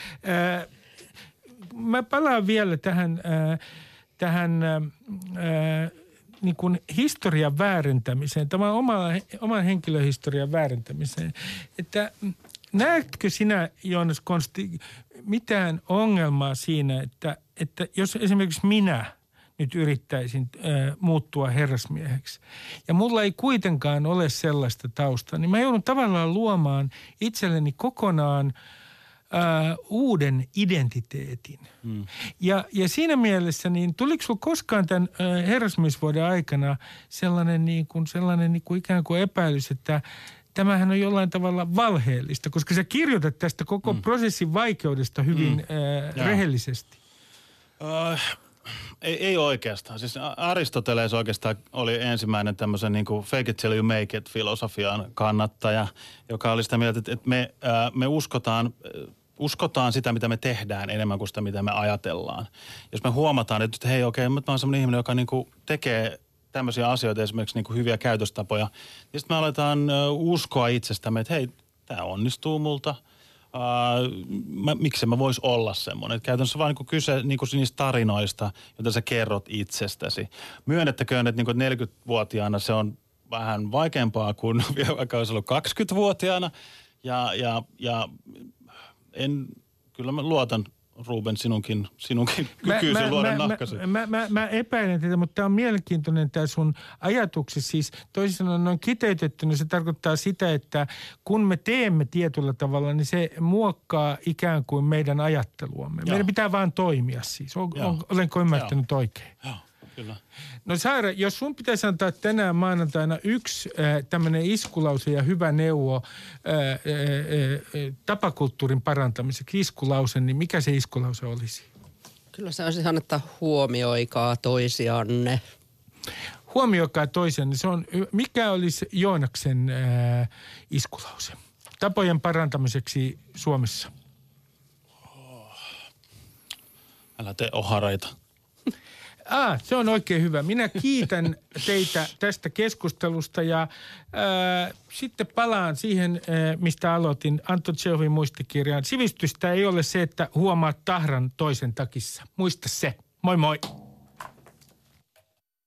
Speaker 3: mä palaan vielä tähän, äh, tähän äh, niin kuin historian väärentämiseen, tämän oman, oman henkilöhistorian väärentämiseen. Että näetkö sinä, Joonas Konsti, mitään ongelmaa siinä, että, että jos esimerkiksi minä nyt yrittäisin äh, muuttua herrasmieheksi ja mulla ei kuitenkaan ole sellaista taustaa, niin mä joudun tavallaan luomaan itselleni kokonaan Uh, uuden identiteetin. Mm. Ja, ja siinä mielessä, niin tuliko sinulla koskaan tämän uh, herrasmiesvuoden aikana sellainen, niin kuin, sellainen niin kuin ikään kuin epäilys, että tämähän on jollain tavalla valheellista, koska sä kirjoitat tästä koko mm. prosessin vaikeudesta hyvin mm. uh, rehellisesti.
Speaker 5: Uh, ei, ei oikeastaan. Siis Aristoteles oikeastaan oli ensimmäinen tämmöisen niin kuin fake it till you make it -filosofian kannattaja, joka oli sitä mieltä, että me, uh, me uskotaan... Uskotaan sitä, mitä me tehdään enemmän kuin sitä, mitä me ajatellaan. Jos me huomataan, että hei okei, okay, mä oon sellainen ihminen, joka niinku tekee tämmöisiä asioita, esimerkiksi niinku hyviä käytöstapoja, niin sitten me aletaan uh, uskoa itsestämme, että hei, tämä onnistuu multa. Uh, mä, miksi mä vois olla semmoinen? Et käytännössä vaan niinku kyse niinku niistä tarinoista, joita sä kerrot itsestäsi. Myönnettäköön, että niinku neljäkymmentävuotiaana se on vähän vaikeampaa kuin vielä vaikka olisi ollut kaksikymmentävuotiaana. Ja, ja, ja en, kyllä mä luotan, Ruben, sinunkin, sinunkin kykyisi luoda nahkasi.
Speaker 3: Mä, mä, mä, mä epäilen tätä, mutta tämä on mielenkiintoinen tämä sun ajatuksi. Siis toisin sanoen noin kiteytettynä se tarkoittaa sitä, että kun me teemme tietyllä tavalla, niin se muokkaa ikään kuin meidän ajatteluamme. Joo. Meidän pitää vaan toimia siis. On, on, olenko ymmärtänyt Joo. oikein?
Speaker 5: Joo. Kyllä.
Speaker 3: No Saara, jos sun pitäisi antaa tänään maanantaina yksi äh, tämmöinen iskulause ja hyvä neuvo äh, äh, äh, tapakulttuurin parantamiseksi, iskulause, niin mikä se iskulause olisi?
Speaker 4: Kyllä se olisi ihan, että huomioikaa toisianne.
Speaker 3: Huomioikaa toisianne. Se on, mikä olisi Joonaksen äh, iskulause tapojen parantamiseksi Suomessa?
Speaker 5: Oh. Älä tee ohareita.
Speaker 3: Ah, se on oikein hyvä. Minä kiitän teitä tästä keskustelusta ja ää, sitten palaan siihen, ää, mistä aloitin, Anton Tšehovin muistikirjaan. Sivistystä ei ole se, että huomaat tahran toisen takissa. Muista se. Moi moi.